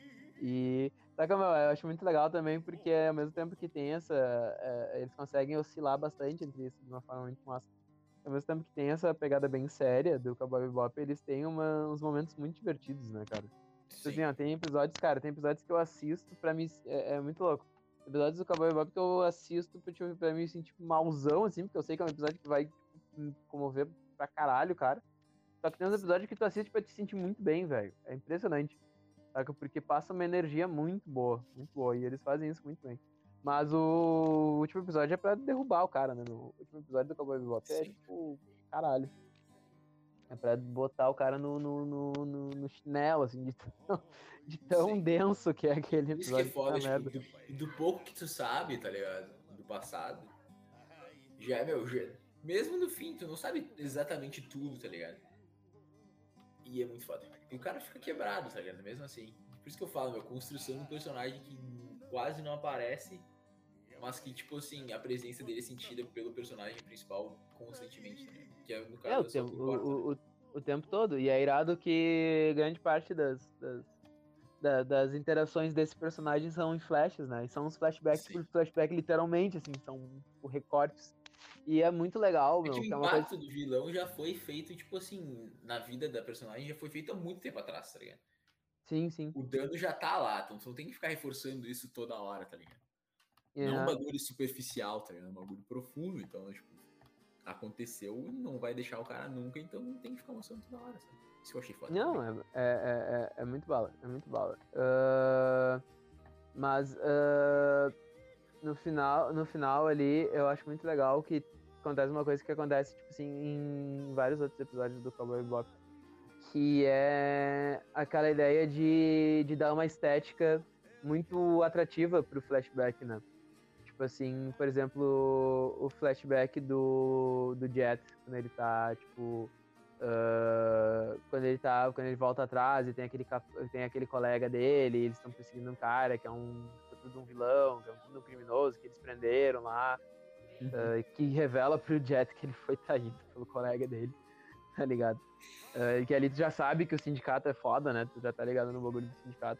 E só que, meu, eu acho muito legal também porque ao mesmo tempo que tem essa, é, eles conseguem oscilar bastante entre isso de uma forma muito massa. Ao mesmo tempo que tem essa pegada bem séria do Cowboy Bebop, eles têm uma- uns momentos muito divertidos, né, cara? Tipo assim, Sim. ó, tem episódios, cara, tem episódios que eu assisto pra me. É, é muito louco. Episódios do Cowboy Bebop que eu assisto pra, tipo, pra me sentir malzão, assim, porque eu sei que é um episódio que vai tipo, me comover pra caralho, cara. Só que tem uns episódios que tu assiste pra te sentir muito bem, velho. É impressionante. Saca? Porque passa uma energia muito boa, muito boa. E eles fazem isso muito bem. Mas o último episódio é pra derrubar o cara, né? No último episódio do Cowboy Bebop é Sim. tipo, caralho. É pra botar o cara no, no, no, no- no chinelo, assim, de tão, de tão Sim. denso que é aquele Isso que é episódio, puta foda, tipo, merda. do, do pouco que tu sabe, tá ligado? Do passado, já é, meu, já, mesmo no fim, tu não sabe exatamente tudo, tá ligado? E é muito foda. E o cara fica quebrado, tá ligado? Mesmo assim. Por isso que eu falo, meu, construção de um personagem que quase não aparece, mas que, tipo assim, a presença dele é sentida pelo personagem principal constantemente, tá ligado? Que é, no É, caso, o é só o tempo, que importa, né? o, o, o tempo todo. E é irado que grande parte das, das, da- das interações desse personagem são em flashes, né? E são uns flashbacks, Sim. tipo, flashback literalmente, assim, são tipo, recortes. E é muito legal, É que meu, o que é uma coisa... impacto do vilão já foi feito, tipo assim, na vida da personagem já foi feito há muito tempo atrás, tá ligado? Sim, sim. O dano já tá lá, então tu não tem que ficar reforçando isso toda hora, tá ligado? Não é um Uhum. bagulho superficial, tá ligado? É um bagulho profundo, então, tipo, aconteceu e não vai deixar o cara nunca, então não tem que ficar mostrando toda hora, sabe? Isso eu achei foda. Não, é, é, é, é, é muito bala, é muito bala. Uh, mas uh, no final, no final ali, eu acho muito legal que acontece uma coisa que acontece, tipo assim, em vários outros episódios do Cowboy Bebop, que é aquela ideia de, de dar uma estética muito atrativa pro flashback, né? Tipo assim, por exemplo, o flashback do, do Jet, quando ele tá, tipo... Uh, quando ele tá, quando ele volta atrás e tem aquele, tem aquele colega dele, eles estão perseguindo um cara que é um puto de um vilão, que é um puto de um criminoso que eles prenderam lá, Uhum. uh, que revela pro Jet que ele foi traído pelo colega dele, tá ligado? Uh, e que ali tu já sabe que o sindicato é foda, né? Tu já tá ligado no bagulho do sindicato.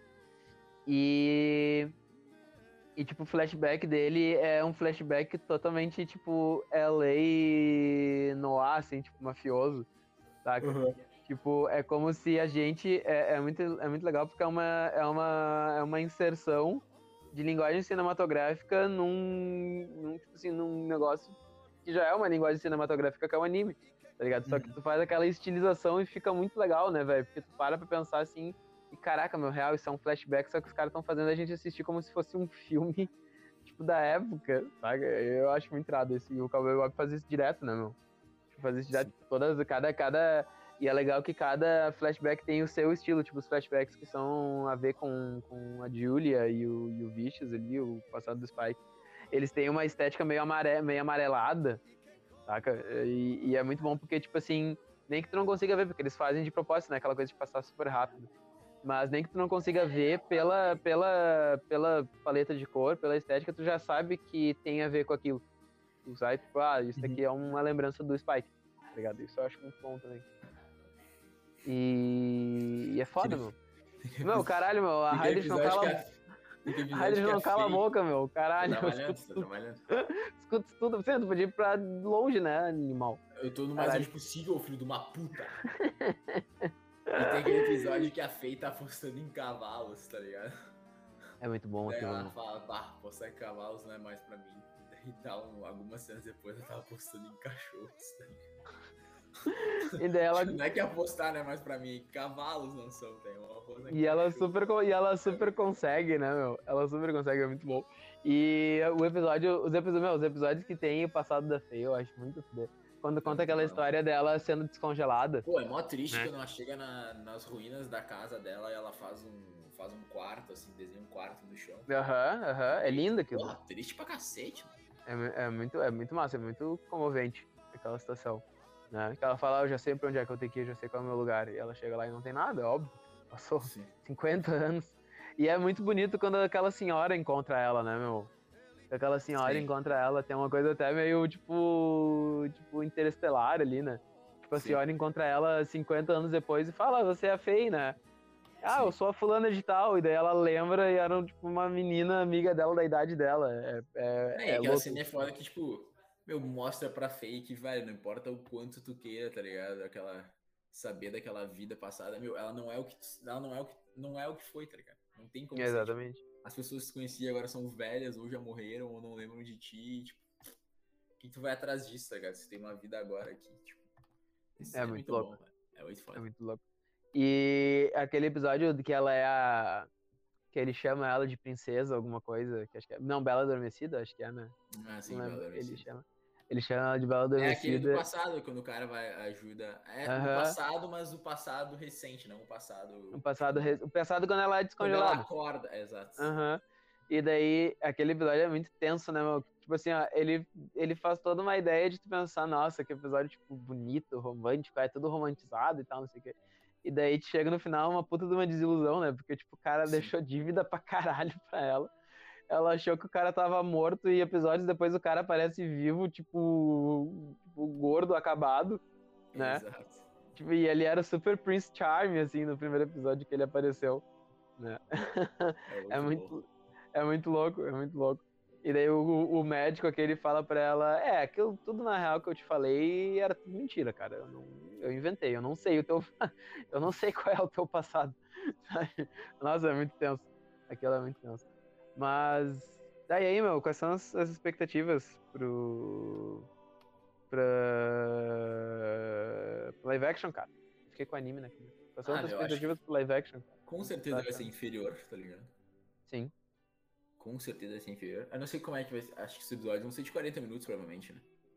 E E, tipo, o flashback dele é um flashback totalmente, tipo, L A noir, assim, tipo, mafioso, saca? Uhum. Tipo, é como se a gente... É, é, muito, é muito legal porque é uma, é, uma, é uma inserção de linguagem cinematográfica num, num, tipo assim, num negócio que já é uma linguagem cinematográfica, que é o anime, tá ligado? Só que Uhum. tu faz aquela estilização e fica muito legal, né, velho? Porque tu para pra pensar assim... E caraca, meu, real, isso é um flashback, só que os caras estão fazendo a gente assistir como se fosse um filme, tipo, da época, saca? Eu acho muito irado esse. O Cowboy Bebop faz isso direto, né, meu? Tipo, faz isso direto. Sim. Todas, cada, cada... E é legal que cada flashback tem o seu estilo, tipo, os flashbacks que são a ver com, com a Julia e o, e o Vicious ali, o passado do Spike. Eles têm uma estética meio, amare... meio amarelada, saca? E, e é muito bom porque, tipo assim, nem que tu não consiga ver, porque eles fazem de propósito, né? Aquela coisa de passar super rápido. Mas nem que tu não consiga ver pela, pela, pela paleta de cor, pela estética, tu já sabe que tem a ver com aquilo. Tu sabe, tipo, ah, isso daqui é uma lembrança do Spike, tá ligado? Isso eu acho muito bom também. E, e é foda, meu. Meu, caralho, meu, a Aquele Hydra não episódio que cala... a, aquele A episódio Hydra que a não cala a Faye... boca, meu, Tá caralho, eu trabalhando, escuto tá tudo. trabalhando. Escuto tudo, você tu podia ir pra longe, né, animal? Eu tô no mais Caralho. longe possível, filho de uma puta. E tem aquele episódio que a Faye tá apostando em cavalos, tá ligado? É muito bom Daí aquilo, ela meu. fala, bah, apostar em cavalos não é mais pra mim. Daí dá um, algumas cenas depois ela tava apostando em cachorros, tá ligado? E daí ela... Não é que apostar não é mais pra mim, cavalos não são, tem uma aposta em E ela cachorro. super, co- e ela super consegue, né, meu? Ela super consegue, é muito bom. E o episódio, os episódios, meu, os episódios que tem o passado da Faye, eu acho muito foda. Quando É conta muito aquela bom. história dela sendo descongelada, Pô, é mó triste né? quando ela chega na- nas ruínas da casa dela e ela faz um, faz um quarto, assim, desenha um quarto no chão. Aham, aham, é Daí, lindo tipo, aquilo. porra, triste pra cacete, mano. É, mu- é muito, é muito massa, é muito comovente aquela situação, né? Que ela fala, "Ah, eu já sei pra onde é que eu tenho que ir, eu já sei qual é o meu lugar." E ela chega lá e não tem nada, é óbvio. Passou Sim. cinquenta anos. E é muito bonito quando aquela senhora encontra ela, né, meu? Aquela senhora Sim, encontra ela, tem uma coisa até meio, tipo, tipo, interestelar ali, né? Tipo, a sim, senhora encontra ela cinquenta anos depois e fala, "Ah, você é a Faye, né?" Ah, eu sim. sou a fulana de tal. E daí ela lembra e era, tipo, uma menina amiga dela da idade dela. É, É, e é, é aquela louco. cena é foda que, tipo, meu, mostra pra fake, velho, não importa o quanto tu queira, tá ligado? Aquela, saber daquela vida passada, meu, ela não é o que, ela não é o que, não é o que foi, tá ligado? Não tem como ser, tipo, Exatamente. as pessoas que se conheciam agora são velhas, ou já morreram, ou não lembram de ti, e, tipo, o que tu vai atrás disso, tá ligado? Você tem uma vida agora aqui, tipo, isso É é muito muito louco. bom, velho. É muito É foda. muito louco. E aquele episódio que ela é a. Que ele chama ela de princesa, alguma coisa. Que acho que é, não, Bela Adormecida, acho que é, né? Ah, Não sim, Bela lembro. Ele Adormecida. chama. Ele chama ela de Bela É aquele do Adormecida. passado, quando o cara vai, ajuda. É no Aham. passado, mas o passado recente, não o O passado, passado, tipo, re- o passado quando ela é quando ela descongelada. acorda. É, exato. Aham. E daí, aquele episódio é muito tenso, né, meu? Tipo assim, ó, ele, ele faz toda uma ideia de tu pensar, nossa, que episódio, tipo, bonito, romântico, é tudo romantizado e tal, não sei o quê. E daí te chega no final uma puta de uma desilusão, né? Porque, tipo, o cara Sim. deixou dívida pra caralho pra ela. Ela achou que o cara tava morto e episódios depois o cara aparece vivo, tipo, tipo gordo, acabado, né? Exato. Tipo, e ele era super Prince Charming, assim, no primeiro episódio que ele apareceu, né? É É muito louco. muito, é muito louco, é muito louco. E daí o, o médico aquele fala pra ela, é, aquilo tudo na real que eu te falei era tudo mentira, cara. Eu, não, eu inventei, eu não sei o teu. Eu não sei qual é o teu passado. Sabe? Nossa, é muito tenso. Aquilo é muito tenso. Mas. Daí aí, meu, quais são as, as expectativas pro. pra. pro live action, cara? Fiquei com anime, né? Quais são Ah, as tuas meu, acho que expectativas pro live action? com Tá certeza vai ser achando? inferior, tá ligado? Sim. Com certeza vai ser inferior. Eu não sei como é que vai ser. Acho que os episódios vão ser de quarenta minutos, provavelmente, né?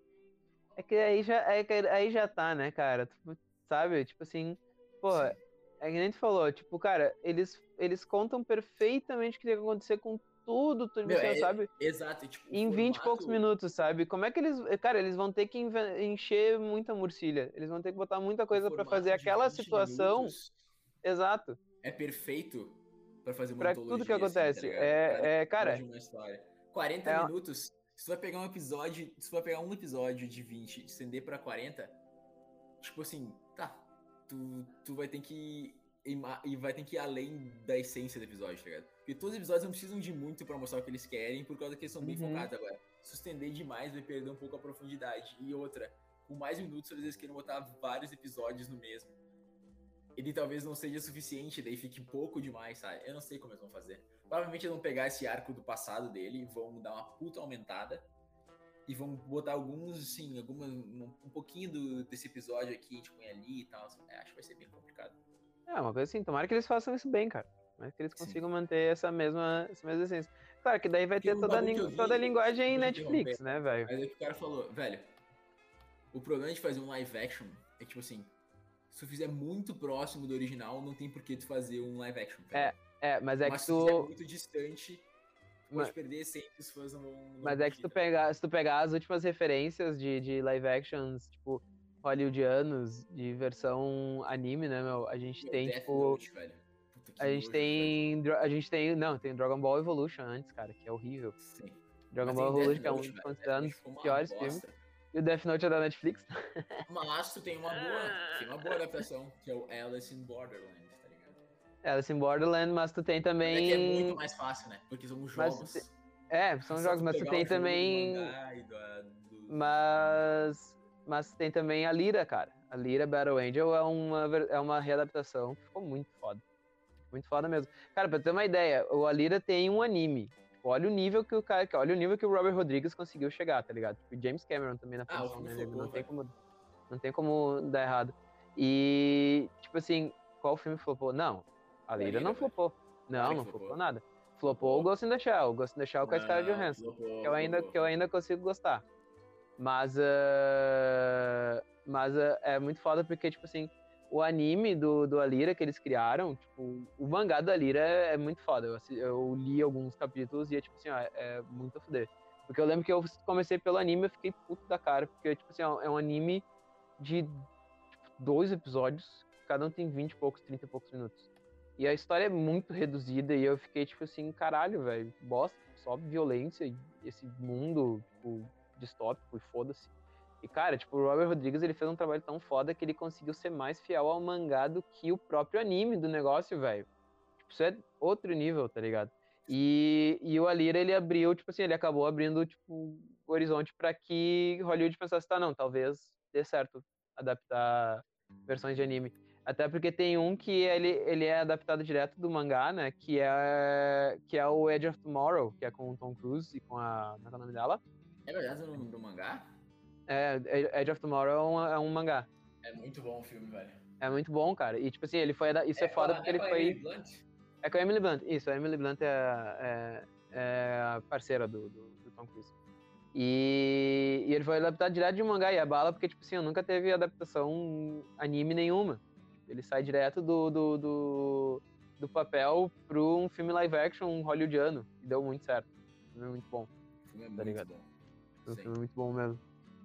É que aí já, é que aí já tá, né, cara? Tu sabe? Tipo assim, pô, é Sim. que nem tu falou, tipo, cara, eles, eles contam perfeitamente o que tem que acontecer com tudo, tudo, tipo Meu, assim, é, sabe? exato, e, tipo, o Em vinte e poucos formato. minutos, sabe? Como é que eles. Cara, eles vão ter que inve- encher muita murcilha. Eles vão ter que botar muita O coisa pra fazer formato de aquela vinte situação, minutos exato, é perfeito pra fazer uma pra tudo que antologia, assim, tá acontece. ligado? Pra dar É, é, uma de cara, uma história. quarenta é, minutos, se tu vai pegar um episódio, se tu vai pegar um episódio de vinte e estender pra quarenta, tipo assim, tá, tu, tu vai ter que ir, ma- e vai ter que ir além da essência do episódio, tá ligado? Porque todos os episódios não precisam de muito pra mostrar o que eles querem, por causa que eles são bem uhum, focados agora. Se estender demais vai perder um pouco a profundidade. E outra, com mais minutos, às vezes querem botar vários episódios no mesmo. Ele talvez não seja suficiente, daí fique pouco demais, sabe? Eu não sei como eles vão fazer. Provavelmente eles vão pegar esse arco do passado dele, vão dar uma puta aumentada e vão botar alguns, assim, algumas, um, um pouquinho do, desse episódio aqui, a gente põe ali e tal. É, acho que vai ser bem complicado. é uma coisa assim, tomara que eles façam isso bem, cara. Tomara que eles Sim. consigam manter essa mesma, essa mesma essência. Claro que daí vai Porque ter um toda a, bagulho que língua- eu toda a vi, linguagem desculpa te Netflix, interromper, né, velho? mas é que o cara falou, velho, o problema de fazer um live action é tipo assim, se tu fizer muito próximo do original, não tem por que tu fazer um live action, tá É, ligado? é, mas é que Mas se tu fizer tu. muito distante, ma- pode perder sempre os fãs não vão, não vão Mas é que se curtir, tu tá ligado? pegar, se tu pegar as últimas referências de, de live actions, tipo, hollywoodianos, de versão anime, né, meu? A gente Meu, tem, Death tipo. Note, velho. Puta que A gente nojo aquilo ali. tem. Dra- A gente tem. Não, tem Dragon Ball Evolution antes, cara, que é horrível. Sim. Dragon Mas Ball tem Death Evolution, que é um Note, dos velho. Death considerados um Note dos ficou uma piores filmes. bosta. E o Death Note é da Netflix. Mas tu tem uma boa, tem uma boa adaptação, que é o Alice in Borderland, tá ligado? Alice in Borderland, mas tu tem Mas é que é muito também. mais fácil, né? Porque são os Mas tu te- jogos. é, É são só jogos, tu mas tu pegar o tem jogo do também. mangá e do, do, do anime. Mas. Mas tem também a Lyra, cara. A Lyra Battle Angel é uma, ver- é uma readaptação que ficou muito foda. Muito foda mesmo. Cara, pra ter uma ideia, o Alira tem um anime. Tipo, olha o nível que o cara. Olha o nível que o Robert Rodrigues conseguiu chegar, tá ligado? Tipo, James Cameron também na Ah, o produção filme dele. Não flopou, tem velho. como. Não tem como dar errado. E, tipo assim, qual filme flopou? Não. A O Lyra Alira, não velho. flopou. Não, Claro que não flopou flopou. nada. Flopou o Flopou. Ghost in the Shell. O Ghost in the Shell com a Scarlett Não, Johansson. Que flopou, eu ainda, flopou, que eu ainda flopou. consigo gostar. Mas, uh, mas uh, é muito foda porque, tipo assim, o anime do, do Alira que eles criaram, tipo, o mangá do Alira é, é muito foda. Eu, assi- eu li alguns capítulos e é tipo assim, ó, é, é muito a fuder. Porque eu lembro que eu comecei pelo anime e eu fiquei puto da cara, porque, tipo assim, ó, é um anime de tipo, dois episódios, cada um tem vinte e poucos, trinta e poucos minutos. E a história é muito reduzida e eu fiquei, tipo assim, caralho, velho, bosta, só violência e esse mundo, tipo, distópico e foda-se. E, cara, tipo, o Robert Rodrigues, ele fez um trabalho tão foda que ele conseguiu ser mais fiel ao mangá do que o próprio anime do negócio, velho. Tipo, isso é outro nível, tá ligado? E, e o Alira, ele abriu, tipo assim, ele acabou abrindo, tipo, o horizonte pra que Hollywood pensasse, tá, não, talvez dê certo adaptar versões de anime. Até porque tem um que ele, ele é adaptado direto do mangá, né? Que é, que é o Edge of Tomorrow, que é com o Tom Cruise e com a. Como é que é o nome dela? É verdade no, no mangá? É, Edge of Tomorrow é um, é um mangá. É muito bom o filme, velho. É muito bom, cara. E, tipo assim, ele foi. Isso É é com a, foda não porque é ele com a Emily foi. Blunt? É com a Emily Blunt. Isso, a Emily Blunt é, é, é a parceira do, do, do Tom Cruise. E, e ele foi adaptado direto de um mangá e a bala, porque, tipo assim, nunca teve adaptação anime nenhuma. Ele sai direto do, do, do, do papel para um filme live action hollywoodiano. E deu muito certo. O filme é muito bom, O filme é tá muito ligado? bom. O Sim. filme é muito bom mesmo.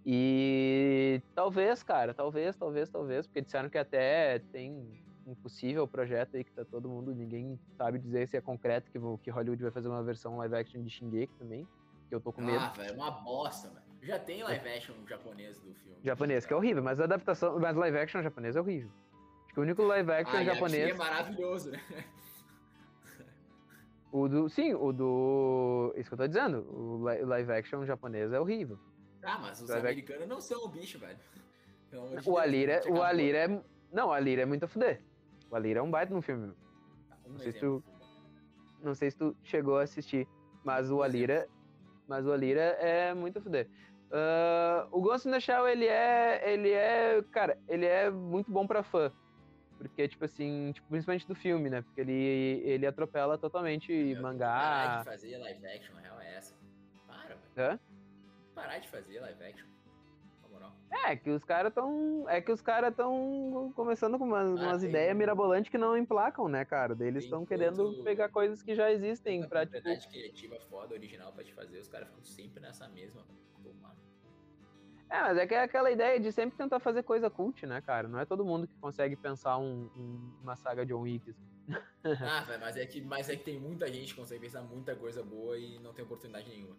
E talvez, cara, talvez, talvez, talvez, porque disseram que até tem um possível projeto aí que tá todo mundo, ninguém sabe dizer se é concreto, que, que Hollywood vai fazer uma versão live action de Shingeki também, que eu tô com medo. Ah, velho, é uma bosta, velho. Já tem live action japonês do filme. Japonês, que é Já. horrível, mas a adaptação, mas live action japonês é horrível. Acho que o único live action Ah, e aqui japonês. é maravilhoso, né? O do. Sim, o do. Isso que eu tô dizendo. O li- live action japonês é horrível. Ah, mas os Live ac- americanos não são o bicho, velho. Pelo amor de O Deus, Alira, Bleach o acabou. Alira é. Não, o Alira é muito a fuder. O Alira é um baita no filme. Um Não sei se exemplo. tu, não sei se tu chegou a assistir, mas o Um Alira, exemplo. mas o Alira é muito a fuder. Ah, o Ghost in the Shell, ele é, ele é, cara, ele é muito bom pra fã. Porque, tipo assim, tipo, principalmente do filme, né? Porque ele, ele atropela totalmente Meu, tem que parar de mangá. fazer live action, a real é essa. Para, velho. Hã? Parar de fazer live action. Na moral. É, que os caras tão. É que os caras tão começando com umas, Ah, umas ideias tem, mirabolantes que não emplacam, né, cara? Daí eles tem estão querendo tanto, pegar coisas que já existem tanta pra, tipo. propriedade criativa foda, original pra te fazer, os caras ficam sempre nessa mesma. Tomar. É, mas é que é aquela ideia de sempre tentar fazer coisa cult, né, cara? Não é todo mundo que consegue pensar um- um- uma saga John Wick. Assim. Ah, velho, mas é que, mas é que tem muita gente que consegue pensar muita coisa boa e não tem oportunidade nenhuma.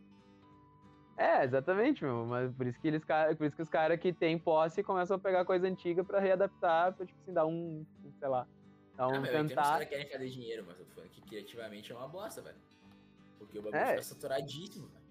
É, exatamente, meu. Mas por isso que eles, ca- por isso que os caras que têm posse começam a pegar coisa antiga pra readaptar, pra, tipo assim, dar um, sei lá, dar Ah, um meu, eu entendo que os tentar. caras querem fazer dinheiro, mas eu tô falando que criativamente é uma bosta, velho. Porque o bagulho fica É, saturadíssimo, velho.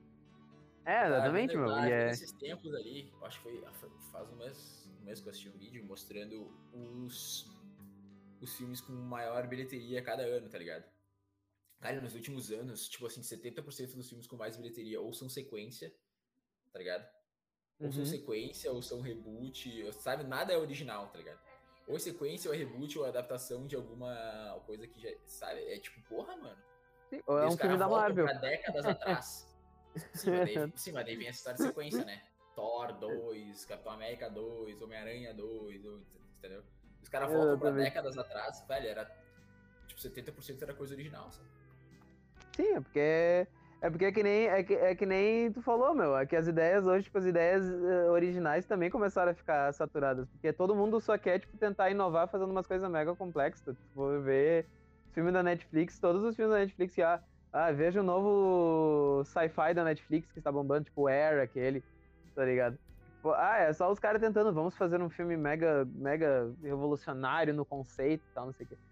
é, Eu tava vendo, exatamente, eu meu. tava E vendo é. esses tempos ali, acho que foi, foi- faz um mês, um mês que eu assisti um vídeo mostrando os, os filmes com maior bilheteria cada ano, tá ligado? Cara, nos últimos anos, tipo assim, setenta por cento dos filmes com mais bilheteria ou são sequência, tá ligado? Ou são Uhum. sequência, ou são reboot, sabe? Nada é original, tá ligado? Ou é sequência, ou é reboot, ou é adaptação de alguma coisa que já, sabe? É tipo, porra, mano. Sim, ou Daí é os um filme caras da voltam Marvel. pra décadas atrás. Sim, mas daí, sim, mas daí vem essa história de sequência, né? Thor dois, Capitão América dois, Homem-Aranha dois, entendeu? Os caras voltam pra Exatamente. décadas atrás, velho, era tipo setenta por cento era coisa original, sabe? Sim, é porque é porque é que nem é que, é que nem tu falou, meu, é que as ideias hoje, tipo, as ideias eh, originais também começaram a ficar saturadas, porque todo mundo só quer tipo tentar inovar fazendo umas coisas mega complexas. Tu for ver filme da Netflix, todos os filmes da Netflix, que, ah, ah, veja o novo sci-fi da Netflix que está bombando, tipo Air, aquele, tá ligado? Tipo, ah, é só os caras tentando, vamos fazer um filme mega mega revolucionário no conceito e tal, não sei o quê.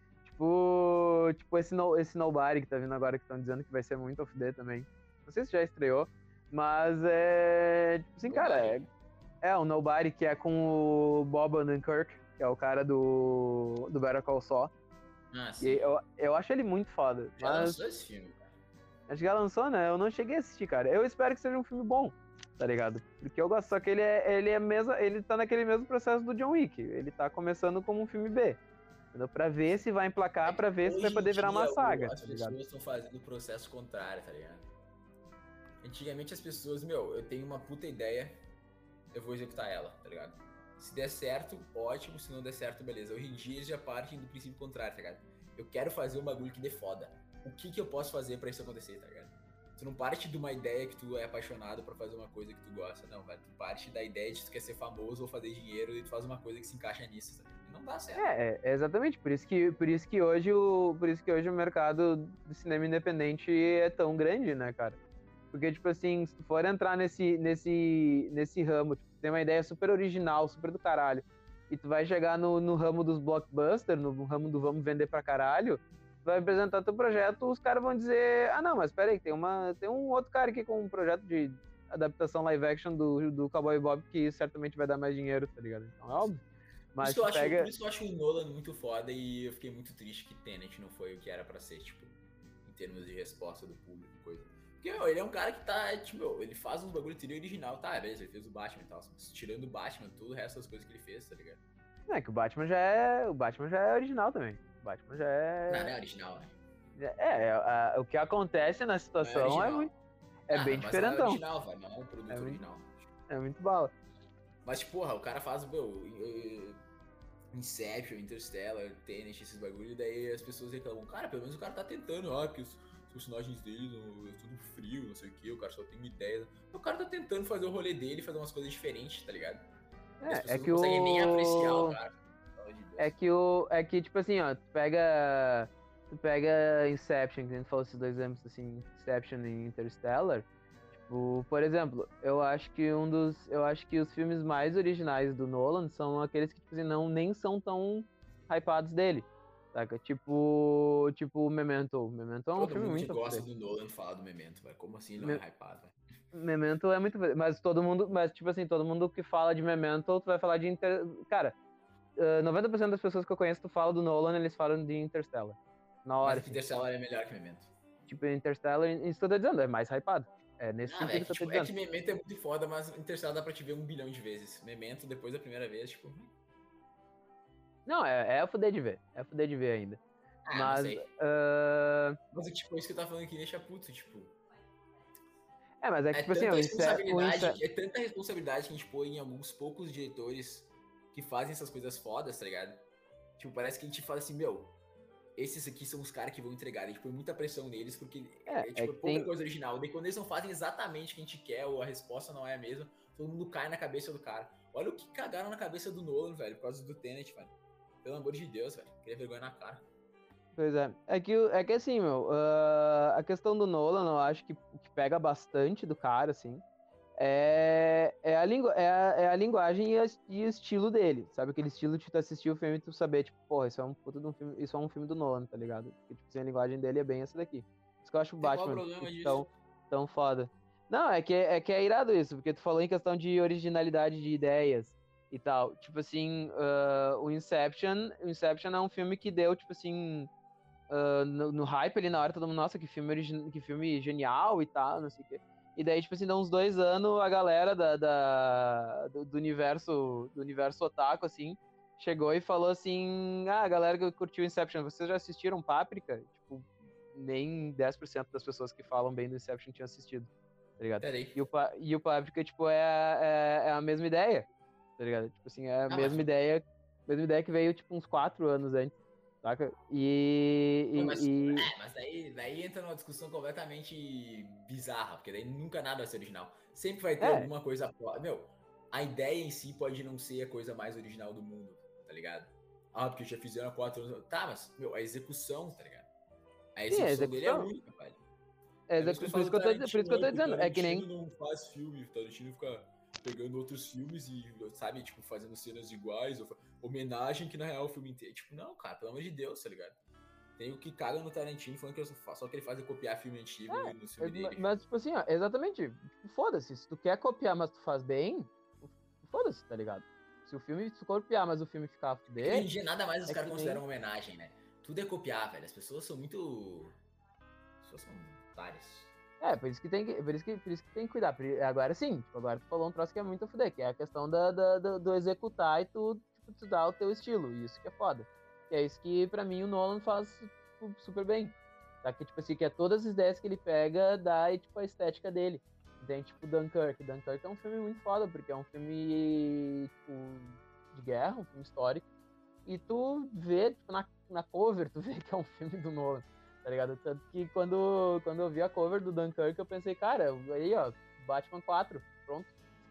Tipo, tipo esse, no, esse Nobody que tá vindo agora, que estão dizendo que vai ser muito off D também. Não sei se já estreou, mas é. Tipo assim, cara, Nobody. é, é o Nobody que é com o Bob Odenkirk, que é o cara do, do Better Call Saul. Ah, E sim. eu, eu acho ele muito foda, Já mas lançou esse filme, cara. acho que ela lançou, né? Eu não cheguei a assistir, cara. Eu espero que seja um filme bom, tá ligado? Porque eu gosto, só que ele é, ele é mesmo, ele tá naquele mesmo processo do John Wick. Ele tá começando como um filme B. Entendeu? Pra ver se vai É emplacar, que pra ver se vai hoje em poder virar uma dia o- saga, as tá ligado? pessoas estão fazendo o processo contrário, tá ligado? Antigamente as pessoas, meu, eu tenho uma puta ideia, eu vou executar ela, tá ligado? Se der certo, ótimo, se não der certo, beleza. Hoje em dia eles já partem do princípio contrário, tá ligado? Eu quero fazer um bagulho que dê foda. O que que eu posso fazer pra isso acontecer, tá ligado? Tu não parte de uma ideia que tu é apaixonado pra fazer uma coisa que tu gosta, não, velho. Tu parte da ideia de que tu quer ser famoso ou fazer dinheiro e tu faz uma coisa que se encaixa nisso, tá ligado? E não dá certo. É, é, é exatamente, por isso que, por isso que hoje o, por isso que hoje o mercado do cinema independente é tão grande, né, cara? Porque, tipo assim, se tu for entrar nesse, nesse, nesse ramo, tipo, tem uma ideia super original, super do caralho, e tu vai chegar no, no ramo dos blockbusters, no ramo do vamos vender pra caralho, tu vai apresentar teu projeto, os caras vão dizer, ah, não, mas peraí, tem, uma, tem um outro cara aqui com um projeto de adaptação live action do, do Cowboy Bob que certamente vai dar mais dinheiro, tá ligado? Então é óbvio. Por isso Mas que eu tu acho, por pega. isso que eu acho o Nolan muito foda e eu fiquei muito triste que Tenet não foi o que era pra ser, tipo, em termos de resposta do público e coisa. Porque, meu, ele é um cara que tá, tipo, meu, ele faz uns bagulho teoria original, tá, beleza, ele fez o Batman e tal, mas tirando o Batman, tudo o resto das coisas que ele fez, tá ligado? É que o Batman já é. O Batman já é original também. O Batman já Não, não é é. original, né? É, é, a- o que acontece na Não é situação é original. muito. É Ah, bem mas não é diferentão. original, velho, não é um É produto muito, original. é muito bala. Mas, tipo, porra, o cara faz, meu, eh, Inception, Interstellar, Tenet, esses bagulho, e daí as pessoas reclamam, cara, pelo menos o cara tá tentando, ó, que os, os personagens dele não, é tudo frio, não sei o que, o cara só tem uma ideia. O cara tá tentando fazer o rolê dele, fazer umas coisas diferentes, tá ligado? E as É, é pessoas não que conseguem nem apreciar o o. cara. Pelo amor de É Deus. que o. É que, tipo assim, ó, tu pega. Tu pega Inception, que a gente falou esses dois exemplos, assim, Inception e Interstellar. Tipo, por exemplo, eu acho que um dos. Eu acho que os filmes mais originais do Nolan são aqueles que, tipo assim, não, nem são tão hypados dele. saca? Tipo, tipo Memento. Memento é um Todo filme mundo que muito a gosta fuder. do Nolan fala do Memento, velho. Como assim não é Me- hypado, velho? Memento é muito, mas todo mundo, mas tipo assim, todo mundo que fala de Memento, tu vai falar de Inter... Cara, uh, noventa por cento das pessoas que eu conheço, tu fala do Nolan, eles falam de Interstellar. Na Mas hora, é que assim. Interstellar é melhor que Memento. Tipo, Interstellar, isso que eu tô dizendo, é mais hypado. É nesse Ah, velho, é sentido que que, eu tô tipo, é dizendo. que Memento é muito foda, mas Interstellar dá pra te ver um bilhão de vezes. Memento, depois da primeira vez, tipo... Não, é, é a fuder de ver. É a fuder de ver ainda. Ah, não Mas. sei. Uh... Mas, tipo, isso que eu tava falando aqui deixa puto, tipo... É, mas é que, É tipo assim, tanta o Ince... o responsabilidade, Ince... é tanta responsabilidade que a gente põe em alguns poucos diretores que fazem essas coisas fodas, tá ligado? Tipo, parece que a gente fala assim, meu, esses aqui são os caras que vão entregar. A gente põe muita pressão neles, porque É, é, é tipo, é que pouca tem. coisa original. Daí quando eles não fazem exatamente o que a gente quer, ou a resposta não é a mesma, todo mundo cai na cabeça do cara. Olha o que cagaram na cabeça do Nolan, velho, por causa do Tenet, velho. Pelo amor de Deus, velho. Queria vergonha na cara. Pois é. É que, é que assim, meu, uh, a questão do Nolan, eu acho que, que pega bastante do cara, assim. É, é, a, lingu... é, a, é a linguagem e, a, e o estilo dele, sabe? Aquele estilo de tu assistir o filme e tu saber, tipo, porra, isso é um puta de um filme, isso é um filme do Nolan, tá ligado? Porque, tipo, assim, a linguagem dele é bem essa daqui. Isso que eu acho o Tem qual o Batman tipo, problema disso? tão, tão foda. Não, é que, é que é irado isso, porque tu falou em questão de originalidade de ideias e tal. Tipo assim, uh, o Inception, o Inception é um filme que deu, tipo assim, uh, no, no hype ali na hora, todo mundo, nossa, que filme, origi... que filme genial e tal, não sei o quê. E daí, tipo assim, dá uns dois anos, a galera da, da, do, do universo do universo otaku, assim, chegou e falou assim, ah, a galera que curtiu Inception, vocês já assistiram Páprica? Tipo, nem dez por cento das pessoas que falam bem do Inception tinham assistido, tá ligado? Peraí. E o, e o Páprica, tipo, é, é, é a mesma ideia, tá ligado? Tipo assim, é a Ah, mas, mesma ideia, mesma ideia que veio, tipo, uns quatro anos antes, saca? E, pô, mas, e, e é, mas daí, daí entra numa discussão completamente bizarra, porque daí nunca nada vai ser original. Sempre vai ter é, alguma coisa. Meu, a ideia em si pode não ser a coisa mais original do mundo, tá ligado? Ah, porque já fizeram há quatro anos. Tá, mas, meu, a execução, tá ligado? A sim, é execução dele é execução. única, pai. É É mesmo que execu... eu Por falo isso do que eu tô, por isso Tarantino, que eu não, tô que o dizendo. É que Tarantino nem. não faz filme, o Tarantino fica pegando outros filmes e, sabe, tipo, fazendo cenas iguais, ou fa- homenagem que na real é o filme inteiro. Tipo, não, cara, pelo amor de Deus, tá ligado? Tem o que caga no Tarantino falando que eu só fa- só que ele faz é copiar filme antigo no, no É, filme dele. mas, tipo assim, ó, exatamente. Tipo, foda-se. Se tu quer copiar, mas tu faz bem, foda-se, tá ligado? Se o filme, se tu copiar, mas o filme ficar a É que hoje em fuder, dia nada mais os é caras que nem. consideram homenagem, né? Tudo é copiar, velho. As pessoas são muito. As pessoas são otárias. É, por isso que tem que, por isso que, por isso que tem que cuidar. Agora sim, tipo, agora tu falou um troço que é muito a fuder, que é a questão da, da, do, do executar e tu, tipo, tu dar o teu estilo. E isso que é foda. Que é isso que, pra mim, o Nolan faz tipo, super bem. Tá? Que, tipo assim, que é todas as ideias que ele pega, dá, e, tipo, a estética dele. Tem, tipo, Dunkirk. Dunkirk é um filme muito foda, porque é um filme, tipo, de guerra, um filme histórico. E tu vê, tipo, na, na cover, tu vê que é um filme do Nolan, tá ligado? Tanto que quando, quando eu vi a cover do Dunkirk, eu pensei, cara, aí, ó, Batman quatro, pronto.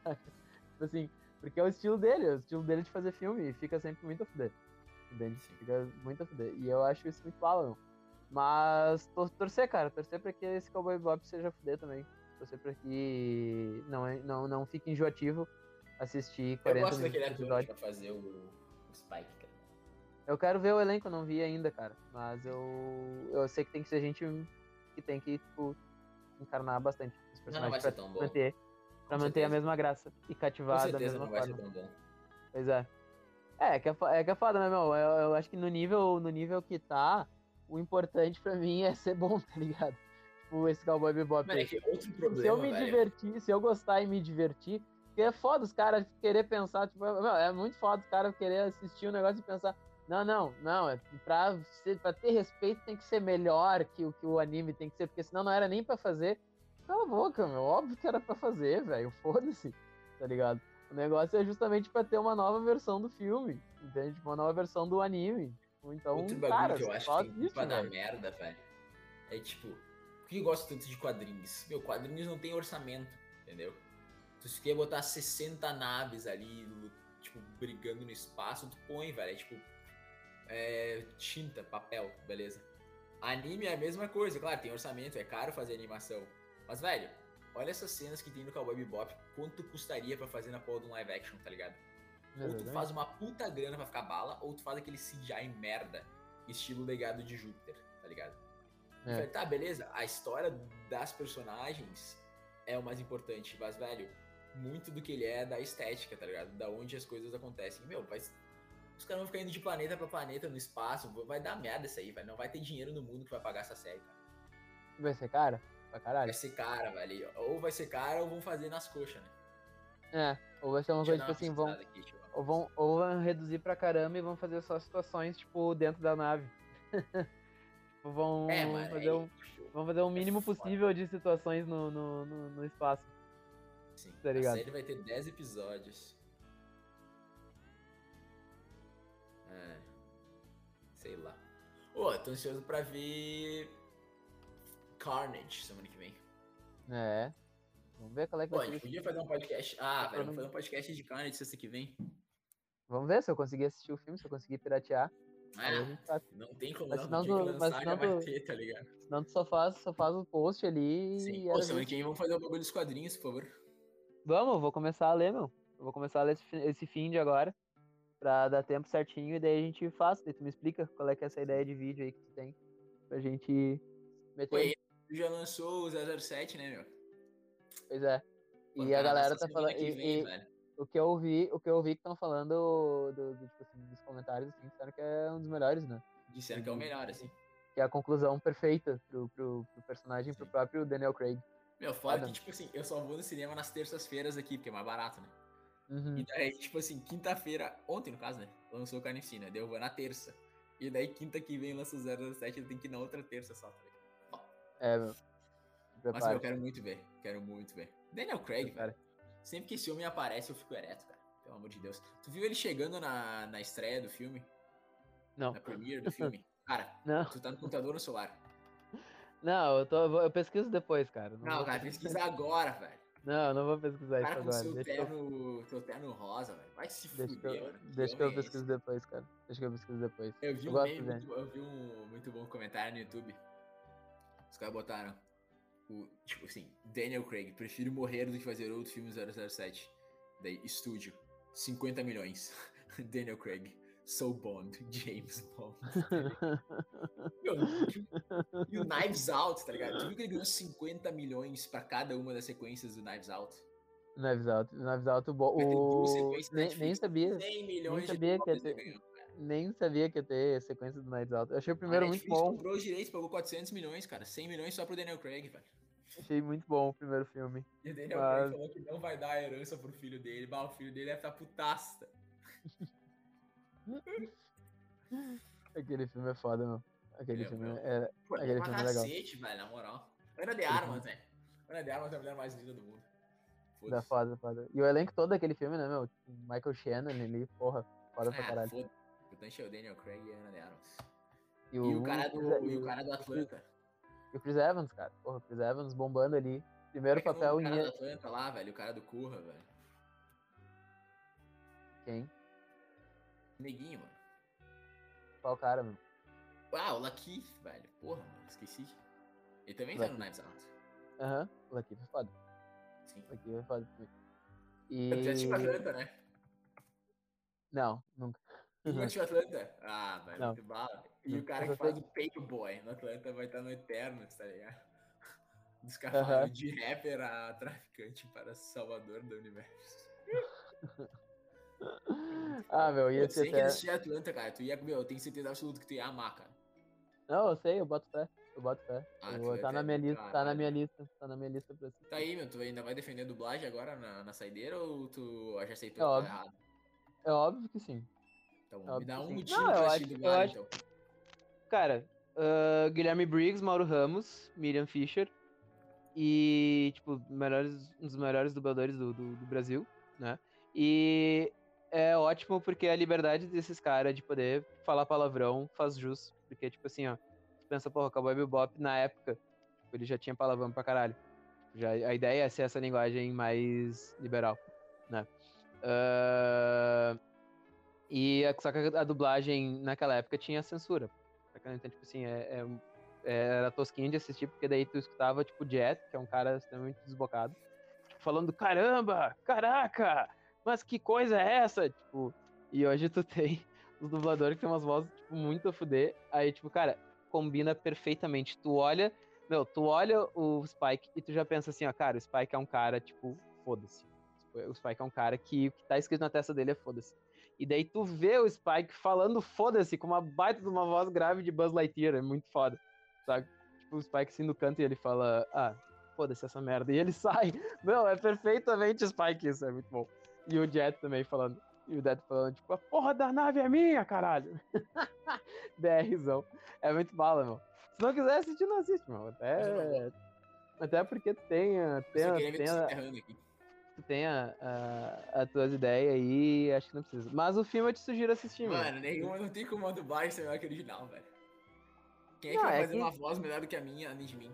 Tipo assim, porque é o estilo dele, é o estilo dele de fazer filme, e fica sempre muito a fuder, entende? Sim. Fica muito a fuder. E eu acho isso muito bala, não. Mas tor- torcer, cara, torcer pra que esse Cowboy Bebop seja fuder também. Torcer pra que não, é- não, não fique enjoativo assistir Eu quarenta gosto minutos daquele de ator episódio. pra fazer o, o Spike, cara. Eu quero ver o elenco, eu não vi ainda, cara. Mas eu, eu sei que tem que ser gente que tem que, tipo, encarnar bastante os Não, não personagens vai ser pra tão bom. manter, pra Com manter a certeza. mesma graça e Com cativar da certeza mesma não vai ser forma. tão bom. Pois é. É, é que é, fo- é que é foda, né, meu? Eu, eu acho que no nível, no nível que tá, o importante pra mim é ser bom, tá ligado? Tipo, esse Cowboy Bebop Mano, é aí. que outro Tipo, se eu problema, me velho. divertir, se eu gostar e me divertir, porque é foda os caras querer pensar, tipo, meu, é muito foda os caras querer assistir um negócio e pensar, não, não, não, é pra, ser, pra ter respeito tem que ser melhor que o que o anime tem que ser, porque senão não era nem pra fazer. Cala a boca, meu, óbvio que era pra fazer, velho, foda-se, tá ligado? O negócio é justamente pra ter uma nova versão do filme, entende? Tipo, uma nova versão do anime. Outro Então, bagulho cara, que eu acho que só tem assiste, culpa da velho. merda, velho. É tipo, por que eu gosto tanto de quadrinhos? Meu, quadrinhos não tem orçamento, entendeu? Se você quer botar sessenta naves ali, tipo, brigando no espaço, tu põe, velho. É tipo, é, tinta, papel, beleza. Anime é a mesma coisa, claro, tem orçamento, é caro fazer animação. Mas, velho, olha essas cenas que tem no Cowboy Bebop, quanto custaria pra fazer na porra de um live action, tá ligado? Ou tu faz Exatamente. uma puta grana pra ficar bala, ou tu faz aquele C G I merda estilo Legado de Júpiter, tá ligado? É. Eu falei, tá, beleza, a história das personagens é o mais importante, mas, velho, muito do que ele é da estética, tá ligado? Da onde as coisas acontecem. Meu, vai, os caras vão ficar indo de planeta pra planeta no espaço, vai dar merda isso aí, velho. Não vai ter dinheiro no mundo que vai pagar essa série, cara. Vai ser cara? Pra caralho. Vai ser cara, velho. Ou vai ser cara ou vão fazer nas coxas, né? É, ou vai ser uma Deixa eu coisa dar tipo uma assim, vão, pesquisada aqui, deixa eu dar uma ou vão, ou vão reduzir pra caramba e vão fazer só situações, tipo, dentro da nave. Tipo, vão É, mano, fazer é, um, tipo, vão fazer o é mínimo foda. possível de situações no, no, no, no espaço, Sim, tá a ligado? série vai ter dez episódios. É, sei lá. Ô, tô ansioso pra ver Carnage semana que vem. É, vamos ver qual é que Pô, vai a ser gente isso. podia fazer um podcast. Ah, Tá velho, vamos falando- fazer um podcast de Carnage sexta que vem. Vamos ver se eu conseguir assistir o filme, se eu conseguir piratear, aí a Ah, gente faz. não tem como Mas não. No senão dia que tu, mas lançar já senão vai tu, ter, tá ligado? senão tu só faz, só faz o post ali Sim. e Pô, era semana isso. que vem vamos fazer o bagulho dos quadrinhos, por favor. Vamos, eu vou começar a ler, meu. Eu vou começar a ler esse, fi- esse fim de agora, pra dar tempo certinho, e daí a gente faz. Daí tu me explica qual é que é essa ideia de vídeo aí que tu tem, pra gente meter Pô, ele. e tu já lançou o zero zero sete, né, meu? Pois é. Pô, E a cara, galera lança tá semana falando. que vem, E, e velho. o que eu vi, o que eu vi que estão falando do, do- tipo assim, dos comentários, assim, disseram que é um dos melhores, né? Disseram De- que é o de- melhor, assim. que é a conclusão perfeita pro, pro, pro personagem, pro Sim. próprio Daniel Craig. Meu, fora Foda, que, né? tipo assim, eu só vou no cinema nas terças-feiras aqui, porque é mais barato, né? E Uhum. daí, tipo assim, quinta-feira, ontem no caso, né? Lançou o Carnificina, daí eu vou na terça. E daí, quinta que vem lança o zero zero sete, eu tenho que ir na outra terça só, tá ligado? É, meu. Se Mas, meu, eu prepara. quero muito ver. Quero muito ver. Daniel Se Craig, velho. prepara. Sempre que esse homem aparece, eu fico ereto, cara. Pelo amor de Deus. Tu viu ele chegando na, na estreia do filme? Não. Na premiere do filme? Cara, Não. tu tá no computador ou no celular? Não, eu, tô, eu vou- eu pesquiso depois, cara. Não Não, vou cara, pesquisar. pesquisa agora, velho. Não, não vou pesquisar isso Cara com agora. seu Deixa que eu, terno, teu terno rosa, velho. Vai se deixa que fuder, eu, mano. Que deixa que eu homem é esse? pesquiso depois, cara. Deixa que eu pesquiso depois. Eu vi Eu um gosto meme do muito, Daniel. eu vi um muito bom comentário no YouTube. Os caras botaram o, tipo assim, Daniel Craig, prefiro morrer do que fazer outro filme zero zero sete. Daí, estúdio, cinquenta milhões. Daniel Craig, sou Bond, James Bond. Meu, e o Knives Out, tá ligado? Tu viu que ele ganhou cinquenta milhões pra cada uma das sequências do Knives Out? Knives Out, Knives Out, bo- Vai ter duas o... sequências na Nem, nem Netflix, sabia, cem nem milhões de sabia que ia dólares ele ter, ganhou. nem sabia que ia ter sequência do Knives Out. Eu achei o A primeiro muito Netflix bom, comprou os direitos, pagou quatrocentos milhões, cara. cem milhões só pro Daniel Craig, velho. achei muito bom o primeiro filme, E o Daniel Craig mas falou que não vai dar a herança pro filho dele. Bah, o filho dele deve estar putaça. aquele filme é foda, meu. Aquele Meu, filme meu. é, Pô, é aquele pra filme é legal. cacete, velho, na moral. Ana de Aquele Armas, filme velho. Ana de Armas é a mulher mais linda do mundo. da Foda-se. foda, foda. E o elenco todo daquele filme, né, meu? Tipo, Michael Shannon ali, porra, foda pra Ah, caralho. foda-se. O importante é o Daniel Craig e a Ana de Armas. E o, E o cara o Chris, do, e e o o, cara do o Chris, Atlanta. e o Chris Evans, cara. Porra, o Chris Evans bombando ali. Como Primeiro é que é o nome do papel cara do em... Atlanta lá, velho? O cara do Curra, velho. Quem? Neguinho, mano. Qual cara, meu? Ah, o Lakeith, velho. Porra, mano, esqueci. Ele também tá no Lakeith. Knives Out. Aham, o Lakeith é foda. Sim. O Lakeith é foda também. Tu já assistiu E... Atlanta, né? Não, nunca. Tu não assistiu Atlanta? Ah, velho, Não, muito bala. E não. o cara Eu que só faz sei... o Paperboy no Atlanta vai estar no Eternos, tá ligado? Os caras Aham. falaram de rapper a traficante para Salvador do Universo. Ah, meu, Pô, ia tu ser tem que até... assistir Atlanta, cara. Tu ia, meu, eu tenho certeza absoluta que tu ia amar, cara. Não, eu sei, eu boto fé. Eu boto fé. Ah, Eu tu vou... ia Tá na ter minha do lista, tá na caralho, minha velho. lista, tá na minha lista pra assistir. Tá aí, meu, tu ainda vai defender a dublagem agora na, na saideira ou tu já aceitou É que tá óbvio, errado? é óbvio que sim. Então, É me óbvio dá que um sim. motivo Não, pra eu assistir acho, eu dublagem, acho... então. Cara, ah, Guilherme Briggs, Mauro Ramos, Miriam Fischer e, tipo, melhores, um dos melhores dubladores do, do, do Brasil, né? E é ótimo porque a liberdade desses caras de poder falar palavrão faz jus. Porque, tipo assim, ó, tu pensa, porra, Cowboy Bebop na época, tipo, ele já tinha palavrão pra caralho. Já, a ideia é ser essa linguagem mais liberal, né? Ah, e a- só que a dublagem naquela época tinha censura. Então, tipo assim, é, é- é- era tosquinho de assistir, porque daí tu escutava, tipo, Jet, que é um cara extremamente desbocado, tipo, falando, caramba, caraca, mas que coisa é essa? Tipo, e hoje tu tem os dubladores que tem umas vozes, tipo, muito a fuder. Aí, tipo, cara, combina perfeitamente. Tu olha, meu, tu olha o Spike e tu já pensa assim, ó, cara, o Spike é um cara, tipo, foda-se. O Spike é um cara que o que tá escrito na testa dele é foda-se. E daí tu vê o Spike falando foda-se com uma baita de uma voz grave de Buzz Lightyear, é muito foda, sabe? Tipo, o Spike assim no canto e ele fala, ah, foda-se essa merda. E ele sai. Meu, é perfeitamente Spike isso, é muito bom. E o Jet também falando. E o Jet falando, tipo, a porra da nave é minha, caralho. DRzão. É muito bala, meu. Se não quiser assistir, não assiste, meu. Mas eu não vou. Até, até porque tu tem, a- Eu tem, só a- queria ver tem, tu se a- enterrando aqui. tu tem a, a, as tuas ideias aí, acho que não precisa. Mas o filme eu te sugiro assistir, meu. Mano, nenhuma, não tem como a dublagem ser melhor que a original, velho. Quem é que Não, vai é fazer que, uma voz melhor do que a minha, além de mim?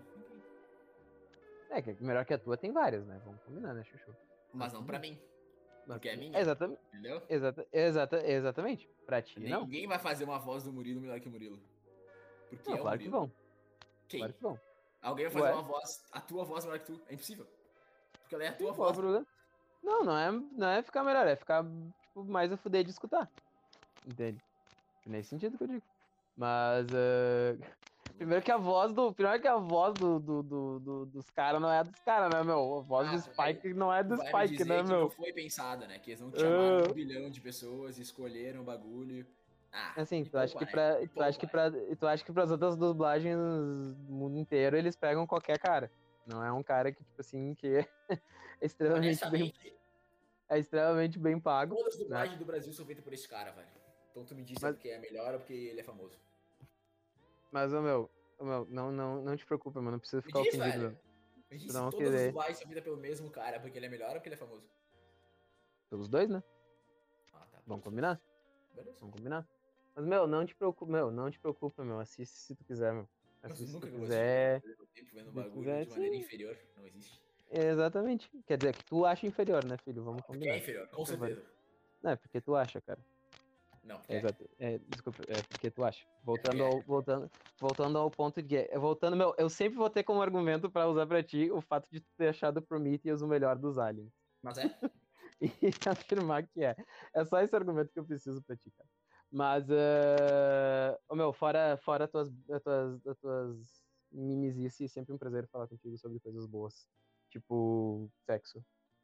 é que melhor que a tua tem várias, né? Vamos combinar, né, Chuchu? Mas Mas não tudo pra bem. mim, Mas porque é tudo bem. minha, Exatamente. entendeu? Exata, exata, exatamente. Pra ti, não. Ninguém vai fazer uma voz do Murilo melhor que o Murilo. Porque Não, é o claro que Murilo. vão. Claro Quem? que vão. Alguém vai fazer Ué, uma voz, a tua voz melhor que tu? É impossível. Porque ela é a sim, tua qual é o voz. problema? Não, não é, não é ficar melhor, é ficar, tipo, mais a fuder de escutar. Entende? Nesse sentido que eu digo. Mas, eh, primeiro que a voz do. Primeiro que a voz do, do, do- do- dos caras não é a dos caras, né, meu? A voz Ah, do tu vai, Spike não é tu do vai me Spike, né, dizer que não meu? foi pensada, né? Que eles não te chamaram um Ah, bilhão de pessoas, escolheram o bagulho. Ah, assim, me tu acha poupa, que né? pra. Me Tu acha que poupa, né? pra. Tu acha que pras outras dublagens do mundo inteiro eles pegam qualquer cara. Não é um cara que, tipo assim, que é extremamente bem. Honestamente, É extremamente bem pago, todas as né? dublagens do Brasil são feitas por esse cara, velho. Então tu me disse é Mas, porque é melhor ou porque ele é famoso. mas ô meu, ô meu, não, não, não te preocupa, mano. Não precisa Me ficar diz, ofendido, velho. não. Me Tu diz se não todas as querer. dublagens são feitas pelo mesmo cara, porque ele é melhor ou porque ele é famoso. Pelos dois, né? Ah, tá. Vamos Perfeito. combinar? Beleza. Vamos combinar? Mas, meu, não te preocupa, meu, não te preocupa, meu. Assiste se tu quiser, meu. Mas Assiste se nunca tu que eu vou assistir, velho. quiser. Perder meu tempo vendo um Se tu bagulho quiser, de maneira sim. inferior. Não existe. Exatamente. Quer dizer, que tu acha inferior, né, filho? Vamos Porque é combinar. inferior, com Por favor. certeza. Não, é porque tu acha, cara. Não, porque É é. exato. É, desculpa, é porque tu acha. É porque Voltando é. ao, voltando, voltando ao ponto de. é, Voltando, meu, eu sempre vou ter como argumento pra usar pra ti o fato de tu ter achado o Prometheus o melhor dos aliens. Mas é? E afirmar que é. É só esse argumento que eu preciso pra ti, cara. Mas, uh, oh, meu, fora, fora as tuas, as tuas, as tuas mimisices, sempre um prazer falar contigo sobre coisas boas. Tipo, sexo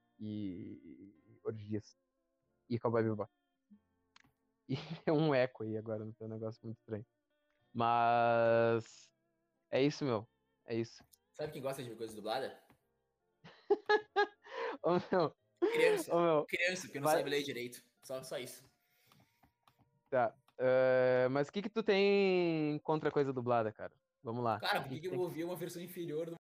e orgias e cowboy bebop. E é um eco aí agora no teu negócio muito estranho. Mas é isso, meu. É isso. Sabe quem gosta de ver coisas dubladas? Ô, meu, Criança. ô, meu, Criança, que não vai. sabe ler direito. Só, só isso. Tá. Uh, mas o que que tu tem contra coisa dublada, cara? Vamos lá. Cara, O por que que que que eu tem vou ver uma versão inferior